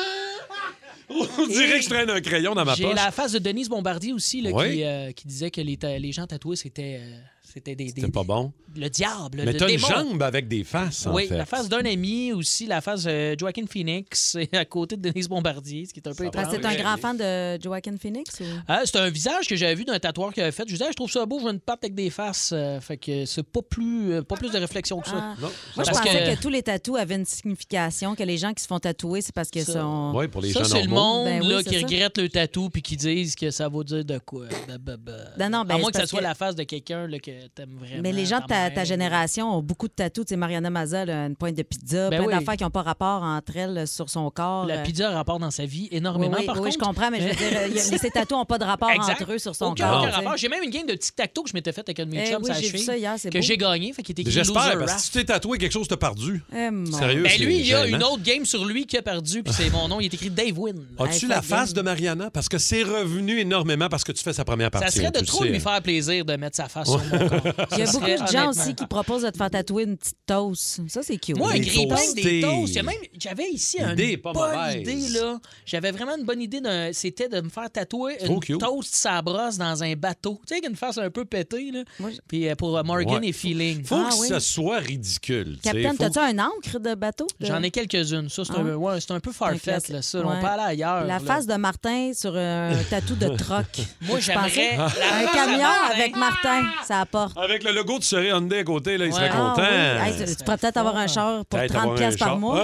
Speaker 3: On dirait que je traîne un crayon dans ma poche.
Speaker 4: J'ai la face de Denise Bombardier aussi là,
Speaker 3: Oui.
Speaker 4: qui disait que les gens tatoués, c'était des...
Speaker 3: C'était pas bon.
Speaker 4: Le diable,
Speaker 3: Mais
Speaker 4: le
Speaker 3: t'as une
Speaker 4: démon.
Speaker 3: jambe avec des faces, en
Speaker 4: Oui,
Speaker 3: fait.
Speaker 4: la face d'un ami aussi, la face de Joaquin Phoenix à côté de Denise Bombardier, ce qui est un peu étrange.
Speaker 5: Parce que t'es un grand fan de Joaquin Phoenix? Ou...
Speaker 4: Ah, c'est un visage que j'avais vu d'un tatoueur qu'il avait fait. Je disais, je trouve ça beau, je veux une patte avec des faces. Fait que c'est pas plus de réflexion que ça.
Speaker 5: Ah.
Speaker 3: Non.
Speaker 5: Moi, je
Speaker 4: Parce
Speaker 5: pensais que tous les tatous avaient une signification, que les gens qui se font tatouer, c'est parce que
Speaker 4: Ça.
Speaker 5: sont...
Speaker 3: Oui, pour les
Speaker 4: Ça,
Speaker 3: gens
Speaker 4: c'est le
Speaker 3: normaux.
Speaker 4: monde
Speaker 5: Ben oui,
Speaker 4: là,
Speaker 5: c'est
Speaker 4: qui
Speaker 5: ça.
Speaker 4: regrette le tatou puis qui disent que ça veut dire de quoi.
Speaker 5: Non, ben,
Speaker 4: à moins
Speaker 5: c'est
Speaker 4: que ça
Speaker 5: parce
Speaker 4: soit
Speaker 5: que-
Speaker 4: la face de quelqu'un là, que t'aimes vraiment.
Speaker 5: Mais les gens de ta génération ont beaucoup de tatous. Tu sais, Mariana Mazza, là, une pointe de pizza, plein d'affaires qui n'ont pas rapport entre elles sur son corps.
Speaker 4: La pizza a rapport dans sa vie énormément,
Speaker 5: oui,
Speaker 4: par contre.
Speaker 5: Oui, je comprends, mais je veux dire, ces tatous n'ont pas de rapport entre eux sur son corps.
Speaker 4: Aucun rapport. J'ai même une game de tic-tac-toe que je m'étais faite avec un de mes chums,
Speaker 5: oui, j'ai vu ça hier, c'est
Speaker 4: que
Speaker 5: beau.
Speaker 4: j'ai gagné, fait qu'il était écrit
Speaker 3: J'espère,
Speaker 4: Loser
Speaker 3: parce que si tu t'es tatoué, quelque chose t'a perdu. Sérieux,
Speaker 4: ben lui, il y a
Speaker 3: gênant.
Speaker 4: une autre game sur lui qui a perdu, puis c'est mon nom, il est écrit Dave Wynn.
Speaker 3: As-tu la face de Mariana? Parce que c'est revenu énormément parce que tu fais sa première partie.
Speaker 4: Ça serait de trop lui faire plaisir de mettre sa face sur mon corps.
Speaker 5: Il y a beaucoup de gens aussi qui proposent de te faire tatouer une petite toast. Ça, c'est cute.
Speaker 4: Moi, un grille-pain, des toasts. J'avais ici une bonne idée, là. J'avais vraiment une bonne idée. C'était de me faire tatouer une toast sa brosse dans un bateau. Tu sais, qu'une face un peu pétée, là. Puis pour Morgan et Feeling.
Speaker 3: Faut que ça soit ridicule.
Speaker 5: Capitaine, t'as-tu un encre de bateau?
Speaker 4: J'en ai quelques-unes. Ça, c'est un peu farfait, là. Ça. On peut aller ailleurs.
Speaker 5: La face de Martin sur un tatou de troc.
Speaker 4: Moi, j'aimerais
Speaker 5: un camion avec Martin, ça apporte.
Speaker 3: Avec le logo de Serré Hyundai à côté, là, il serait content.
Speaker 5: Oui. Hey, tu pourrais peut-être avoir un char pour 30$ par mois.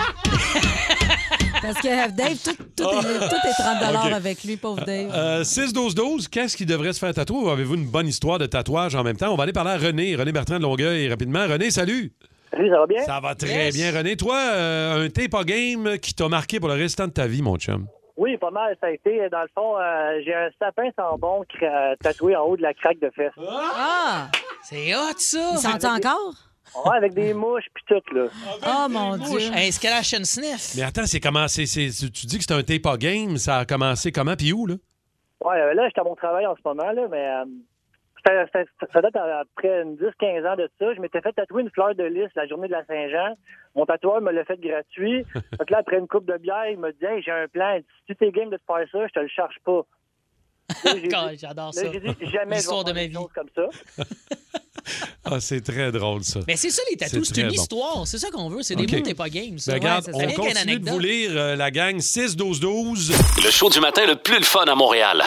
Speaker 5: Parce que Dave, tout est 30$ avec lui, pauvre Dave.
Speaker 3: 6-12-12, qu'est-ce qui devrait se faire tatouer? Ou avez-vous une bonne histoire de tatouage en même temps? On va aller parler à René Bertrand de Longueuil rapidement. René, salut!
Speaker 13: Salut, ça va bien?
Speaker 3: Ça va très bien, René. Toi, un tape à game qui t'a marqué pour le restant de ta vie, mon chum?
Speaker 13: Oui, pas mal. Ça a été, dans le fond, j'ai un sapin sans bon tatoué en haut de la craque de fesse.
Speaker 5: Ah!
Speaker 4: C'est hot, ça!
Speaker 5: Il sent encore?
Speaker 13: Ouais, avec des mouches puis tout, là.
Speaker 5: Oh, mon Dieu!
Speaker 4: Est-ce qu'elle a un sniff?
Speaker 3: Mais attends, c'est comment? Tu dis que c'est un tape à game. Ça a commencé comment? Puis où, là?
Speaker 13: Ouais, là, j'étais à mon travail en ce moment, là, mais ça date après 10-15 ans de ça. Je m'étais fait tatouer une fleur de lys la journée de la Saint-Jean. Mon tatoueur me l'a fait gratuit. Donc là, après une coupe de bière, il m'a dit « Hey, j'ai un plan. Si tu es game de te faire ça, je te le charge pas. »
Speaker 4: J'adore ça.
Speaker 13: J'ai dit « Jamais
Speaker 4: l'histoire
Speaker 13: je vais faire des choses comme ça. »
Speaker 3: Ah, c'est très drôle, ça.
Speaker 4: Mais c'est ça, les tatous, c'est une histoire. C'est ça qu'on veut. C'est des mots, t'es pas game. Ça.
Speaker 3: Ben, regarde, on continue de vous lire la gang 6-12-12.
Speaker 14: Le show du matin le plus le fun à Montréal.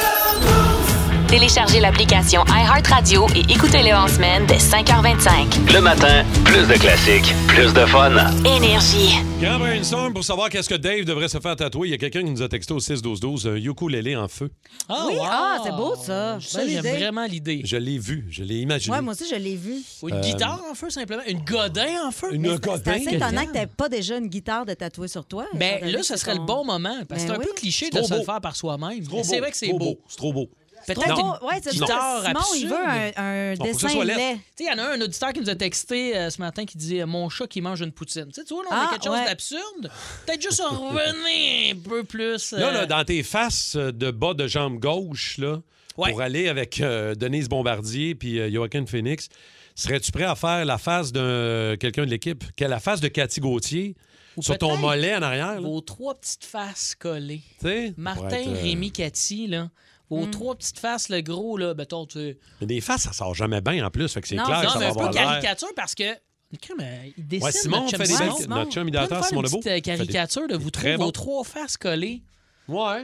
Speaker 1: Téléchargez l'application iHeartRadio et écoutez-le en semaine dès 5h25.
Speaker 14: Le matin, plus de classiques, plus de fun.
Speaker 1: Énergie.
Speaker 3: Grand brainstorm pour savoir qu'est-ce que Dave devrait se faire tatouer. Il y a quelqu'un qui nous a texté au 6-12-12 un ukulélé en feu.
Speaker 4: Ah,
Speaker 5: oui,
Speaker 4: wow.
Speaker 5: c'est beau, ça.
Speaker 4: Ça, j'aime vraiment l'idée.
Speaker 3: Je l'ai vu, je l'ai imaginé.
Speaker 5: Ouais, moi aussi, je l'ai vu.
Speaker 4: Ou une guitare en feu, simplement. Une godin en feu.
Speaker 5: C'est assez étonnant que tu pas déjà une guitare de tatouer sur toi.
Speaker 4: Ben là, ce serait le bon moment. Parce que c'est un peu cliché de se le faire par soi-même. C'est vrai que c'est beau.
Speaker 3: C'est trop beau.
Speaker 4: Peut-être
Speaker 5: une guitare
Speaker 4: absurde.
Speaker 5: Simon, il veut un dessin laid.
Speaker 4: Il y en a un auditeur qui nous a texté ce matin qui dit « Mon chat qui mange une poutine ». Tu vois, là, on a quelque chose d'absurde. Peut-être juste revenir un peu plus.
Speaker 3: Là, dans tes faces de bas de jambe gauche, là, pour aller avec Denise Bombardier puis Joaquin Phoenix, serais-tu prêt à faire la face de quelqu'un de l'équipe? La face de Cathy Gauthier sur ton mollet en arrière?
Speaker 4: Vos 3 petites faces collées.
Speaker 3: T'sais,
Speaker 4: Martin, Rémi, Cathy, là. Aux 3 petites faces, le gros, là, mettons, tu...
Speaker 3: Mais des faces, ça sort jamais bien en plus, fait que c'est clair
Speaker 4: non,
Speaker 3: que ça
Speaker 4: mais
Speaker 3: va
Speaker 4: un peu
Speaker 3: avoir l'air.
Speaker 4: caricature parce que... Il dessine
Speaker 3: Simon
Speaker 4: notre
Speaker 3: fait des belles... Notre chum idéateur, Simon Lebeau.
Speaker 4: Une petite caricature de vous trois, vos 3 faces collées.
Speaker 3: Ouais.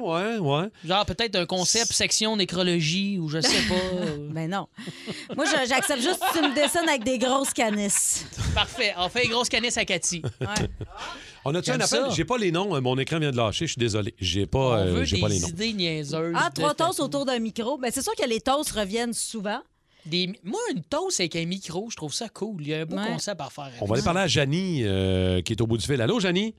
Speaker 4: Genre peut-être un concept section nécrologie ou je sais pas.
Speaker 5: Ben non. Moi, j'accepte juste que tu me dessines avec des grosses canisses.
Speaker 4: Parfait. On fait une grosse canisse à Cathy.
Speaker 5: Ouais.
Speaker 3: On a-tu un appel? J'ai pas les noms. Mon écran vient de lâcher. Je suis désolé. J'ai pas les noms.
Speaker 4: On veut des idées niaiseuses.
Speaker 5: 3 toasts autour d'un micro. Ben, c'est sûr que les toasts reviennent souvent.
Speaker 4: Moi, une toast avec un micro, je trouve ça cool. Il y a un beau concept à faire.
Speaker 3: On va aller parler à Janie qui est au bout du fil. Allô, Janie?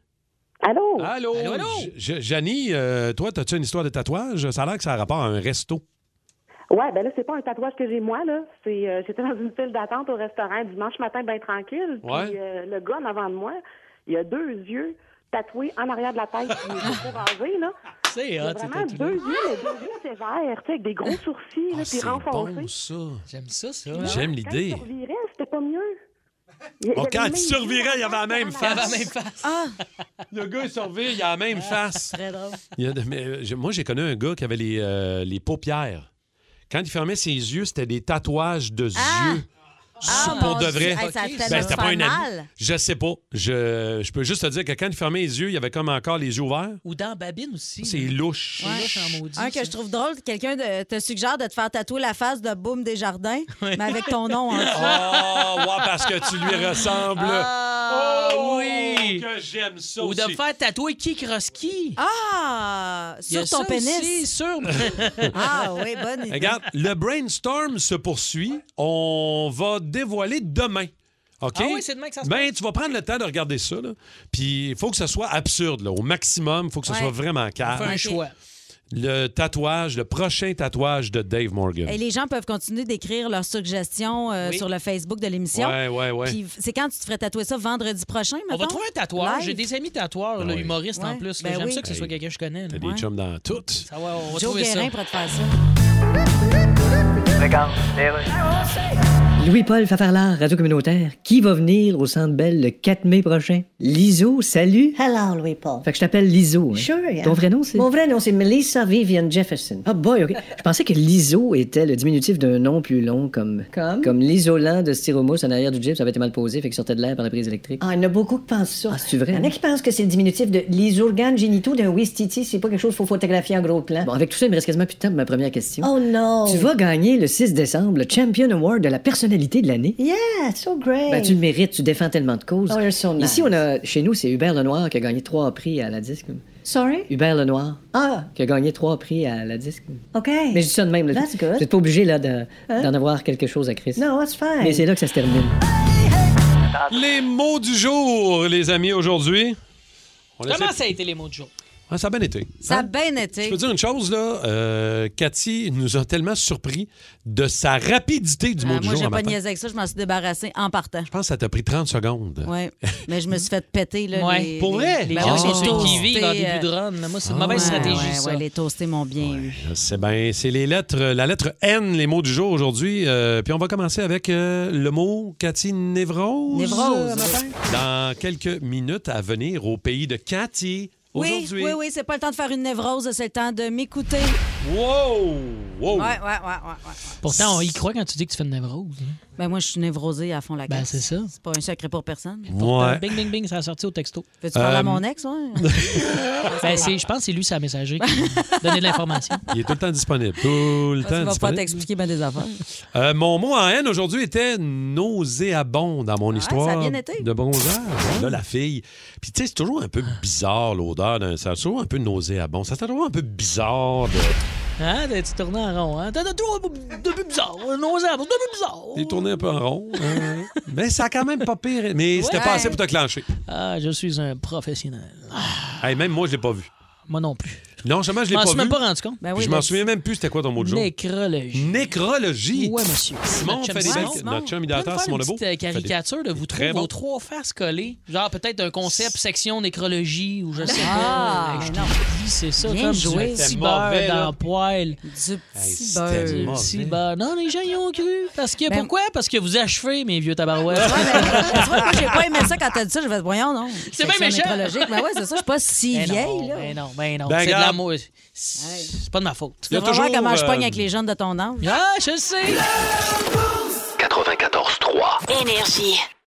Speaker 10: Allô?
Speaker 3: Allô? Janie, toi, as-tu une histoire de tatouage? Ça a l'air que ça a rapport à un resto.
Speaker 10: Ouais, ben là, c'est pas un tatouage que j'ai moi, là. J'étais dans une file d'attente au restaurant dimanche matin, bien tranquille. Puis le gars en avant de moi, il a 2 yeux tatoués en arrière de la tête, puis il est rasé, là.
Speaker 4: C'est hot, c'est
Speaker 10: vraiment 2 yeux, mais 2 yeux sévères, tu sais, avec des gros sourcils, là, puis renfoncés.
Speaker 3: Bon, ça.
Speaker 4: J'aime ça.
Speaker 3: J'aime l'idée.
Speaker 10: Quand il survirait, c'était pas mieux.
Speaker 3: Quand il survirait, il avait la même face.
Speaker 4: Il avait la même face.
Speaker 5: Ah!
Speaker 3: Le gars, il survit, il a la même face.
Speaker 5: Très drôle.
Speaker 3: Moi, j'ai connu un gars qui avait les paupières. Quand il fermait ses yeux, c'était des tatouages de yeux. Pour de vrai.
Speaker 5: C'était
Speaker 3: pas un ami. Je sais pas. Je peux juste te dire que quand il fermait les yeux, il y avait comme encore les yeux ouverts.
Speaker 4: Ou dans babine aussi.
Speaker 3: C'est louche.
Speaker 4: Louche en maudit.
Speaker 5: Un que je trouve drôle, quelqu'un te suggère de te faire tatouer la face de Boum Desjardins, mais avec ton nom en dessous.
Speaker 3: Oh, ouais, parce que tu lui ressembles.
Speaker 4: Oh oui!
Speaker 3: que j'aime ça
Speaker 4: Ou
Speaker 3: aussi.
Speaker 4: de me faire tatouer Kikroski.
Speaker 5: Ah!
Speaker 4: Il y a
Speaker 5: Sur ton
Speaker 4: ça
Speaker 5: pénis.
Speaker 4: aussi, sur...
Speaker 5: Ah oui, bonne idée.
Speaker 3: Regarde, le brainstorm se poursuit. On va dévoiler demain. OK?
Speaker 4: Ah oui, c'est demain que ça se
Speaker 3: Ben, tu vas prendre le temps de regarder ça. Là. Puis il faut que ce soit absurde, là, au maximum. Il faut que ce soit vraiment
Speaker 4: On
Speaker 3: calme.
Speaker 4: fait un choix.
Speaker 3: Le tatouage, le prochain tatouage de Dave Morgan.
Speaker 5: Et les gens peuvent continuer d'écrire leurs suggestions sur le Facebook de l'émission.
Speaker 3: Ouais.
Speaker 5: Puis c'est quand tu te ferais tatouer ça vendredi prochain,
Speaker 4: On va
Speaker 5: mettons?
Speaker 4: trouver un tatoueur.
Speaker 5: Live?
Speaker 4: J'ai des amis tatoueurs, là, humoristes en plus.
Speaker 5: Ben
Speaker 4: J'aime
Speaker 5: oui.
Speaker 4: ça que ce soit quelqu'un que je connais.
Speaker 3: T'as des chums dans toutes.
Speaker 4: Ça va, on va
Speaker 5: Joe
Speaker 4: trouver
Speaker 5: Guérin
Speaker 4: ça.
Speaker 5: pourrait te faire ça.
Speaker 7: Regarde,
Speaker 6: Louis-Paul Fafarlard, Radio Communautaire. Qui va venir au Centre Bell le 4 mai prochain? Liso, salut.
Speaker 15: Hello, Louis-Paul.
Speaker 6: Fait que je t'appelle Liso. Hein.
Speaker 15: Sure, yeah.
Speaker 6: Ton vrai nom, c'est?
Speaker 15: Mon vrai nom, c'est Melissa Vivian Jefferson.
Speaker 6: Ah boy, OK. Je pensais que Liso était le diminutif d'un nom plus long comme... Comme l'isolant de styromousse en arrière du Jeep, ça avait été mal posé, fait qu'il sortait de l'air par la prise électrique.
Speaker 15: Ah, il y en a beaucoup qui pensent ça.
Speaker 6: Ah, c'est vrai?
Speaker 15: Il y en a qui pensent que c'est le diminutif de les organes génitaux d'un Wistiti. C'est pas quelque chose qu'il faut photographier en gros plan.
Speaker 6: Bon, avec tout ça, il me reste quasiment plus de temps pour ma première question.
Speaker 15: Oh non!
Speaker 6: Tu vas gagner le 6 décembre le Champion Award de la personnalité de l'année.
Speaker 15: Yeah, so great!
Speaker 6: Ben, tu le mérites, tu défends tellement de causes.
Speaker 15: Oh, you're so nice.
Speaker 6: Ici, chez nous, c'est Hubert Lenoir qui a gagné 3 prix à la disque.
Speaker 15: Sorry?
Speaker 6: Hubert Lenoir.
Speaker 15: Ah!
Speaker 6: Qui a gagné 3 prix à la disque.
Speaker 15: OK.
Speaker 6: Mais je dis ça de même. Là.
Speaker 15: That's good.
Speaker 6: Vous n'êtes pas obligé là, d'en avoir quelque chose à Chris.
Speaker 15: No, that's fine.
Speaker 6: Mais c'est là que ça se termine.
Speaker 3: Les mots du jour, les amis, aujourd'hui.
Speaker 4: Comment ça a été les mots du jour?
Speaker 3: Ah, ça a bien été.
Speaker 5: Ça a bien été.
Speaker 3: Je peux dire une chose, là. Cathy nous a tellement surpris de sa rapidité du mot du
Speaker 5: Moi,
Speaker 3: jour.
Speaker 5: j'ai
Speaker 3: en
Speaker 5: pas
Speaker 3: matin.
Speaker 5: niaisé avec ça. Je m'en suis débarrassée en partant.
Speaker 3: Je pense que ça t'a pris 30 secondes.
Speaker 5: Oui. Mais je me suis fait péter. Là,
Speaker 4: Ouais.
Speaker 3: Pour vrai?
Speaker 4: Les
Speaker 5: Ben
Speaker 4: gens
Speaker 5: oui,
Speaker 4: sont
Speaker 5: les
Speaker 4: ceux qui
Speaker 5: toastés,
Speaker 4: vivent en début de run. Moi, c'est une mauvaise
Speaker 5: Ouais,
Speaker 4: stratégie,
Speaker 5: ouais,
Speaker 4: ça.
Speaker 5: ouais, les toastés m'ont bien eu.
Speaker 3: C'est les lettres, la lettre N, les mots du jour aujourd'hui. Puis on va commencer avec le mot, Cathy, névrose.
Speaker 5: Névrose.
Speaker 3: Dans quelques minutes à venir au pays de Cathy.
Speaker 5: Oui,
Speaker 3: Aujourd'hui.
Speaker 5: oui, c'est pas le temps de faire une névrose, c'est le temps de m'écouter.
Speaker 3: Wow! Wow!
Speaker 5: Ouais.
Speaker 4: Pourtant, on y croit quand tu dis que tu fais une névrose. hein.
Speaker 5: Ben moi, je suis névrosée à fond la caisse.
Speaker 4: Ben, c'est ça.
Speaker 5: C'est pas un secret pour personne.
Speaker 3: Ouais.
Speaker 4: Bing, bing, bing, ça a sorti au texto.
Speaker 5: Veux-tu parler à mon ex, ouais?
Speaker 4: Ben, je pense que c'est lui, sa messagerie, qui m'a donné de l'information.
Speaker 3: Il est tout le temps disponible. Tout le
Speaker 5: Tu
Speaker 3: temps
Speaker 5: vas pas
Speaker 3: disponible.
Speaker 5: t'expliquer bien des affaires.
Speaker 3: Mon mot en N aujourd'hui était nauséabond dans mon histoire
Speaker 5: ça a bien été.
Speaker 3: de bronzage. Là, la fille. Puis, tu sais, c'est toujours un peu bizarre l'odeur d'un. C'est toujours un peu nauséabond. Ça fait toujours un peu bizarre de.
Speaker 4: Hein? Tu tournes en rond, hein? T'as depuis bizarre. Nauséabond, depuis bizarre.
Speaker 3: T'es tourné un peu en rond. Mais ça a quand même pas pire. Mais c'était pas assez pour te clencher.
Speaker 4: Ah, je suis un professionnel.
Speaker 3: Hey, même moi, je l'ai pas vu.
Speaker 4: Moi non plus.
Speaker 3: Non, justement, je l'ai
Speaker 4: Je m'en
Speaker 3: pas
Speaker 4: suis
Speaker 3: vu.
Speaker 4: même pas rendu compte.
Speaker 5: Ben
Speaker 3: Puis
Speaker 5: oui,
Speaker 3: je m'en souviens même plus c'était quoi ton mot de jour.
Speaker 4: Nécrologie.
Speaker 3: Nécrologie.
Speaker 4: Ouais, monsieur.
Speaker 3: Simon
Speaker 4: Notre
Speaker 3: fait des
Speaker 4: chum
Speaker 3: belles...
Speaker 4: Simon.
Speaker 3: Notre chum
Speaker 4: On peut
Speaker 3: idéateur,
Speaker 4: faire
Speaker 3: Simon
Speaker 4: une
Speaker 3: Lebeau.
Speaker 4: petite caricature de vous
Speaker 3: très
Speaker 4: trois,
Speaker 3: bon.
Speaker 4: vos 3 faces collées. Genre peut-être un concept section nécrologie ou je sais
Speaker 5: Ah,
Speaker 4: pas. Je te
Speaker 5: non.
Speaker 4: dis, c'est ça.
Speaker 5: Bien
Speaker 4: Comme
Speaker 5: joué.
Speaker 4: du petit
Speaker 3: C'était
Speaker 4: beurre
Speaker 3: mauvais,
Speaker 4: dans
Speaker 3: là.
Speaker 4: le poêle.
Speaker 5: Du petit
Speaker 3: c'était
Speaker 5: beurre.
Speaker 4: Du
Speaker 3: mauvais.
Speaker 4: petit beurre. Non, les gens y ont cru. Parce que,
Speaker 5: Ben-
Speaker 4: pourquoi? Parce que vous achevez, mes vieux tabarouettes.
Speaker 5: Ouais, mais, tu vois, moi, j'ai pas aimé ça quand t'as dit ça. Je vais te voyons, non.
Speaker 4: C'est bien
Speaker 5: Section
Speaker 4: méchant.
Speaker 5: nécrologique. Ben ouais, c'est ça. Je suis pas si
Speaker 4: Ben
Speaker 5: vieille,
Speaker 4: non,
Speaker 5: là.
Speaker 4: ben non, ben non.
Speaker 3: Ben,
Speaker 4: C'est de
Speaker 3: regarde.
Speaker 4: l'amour. C'est pas de ma faute.
Speaker 5: Tu devrais voir comment je pogne
Speaker 3: euh,
Speaker 5: avec les jeunes de ton âge.
Speaker 4: Ah, je sais.
Speaker 14: 94.3.
Speaker 1: Énergie.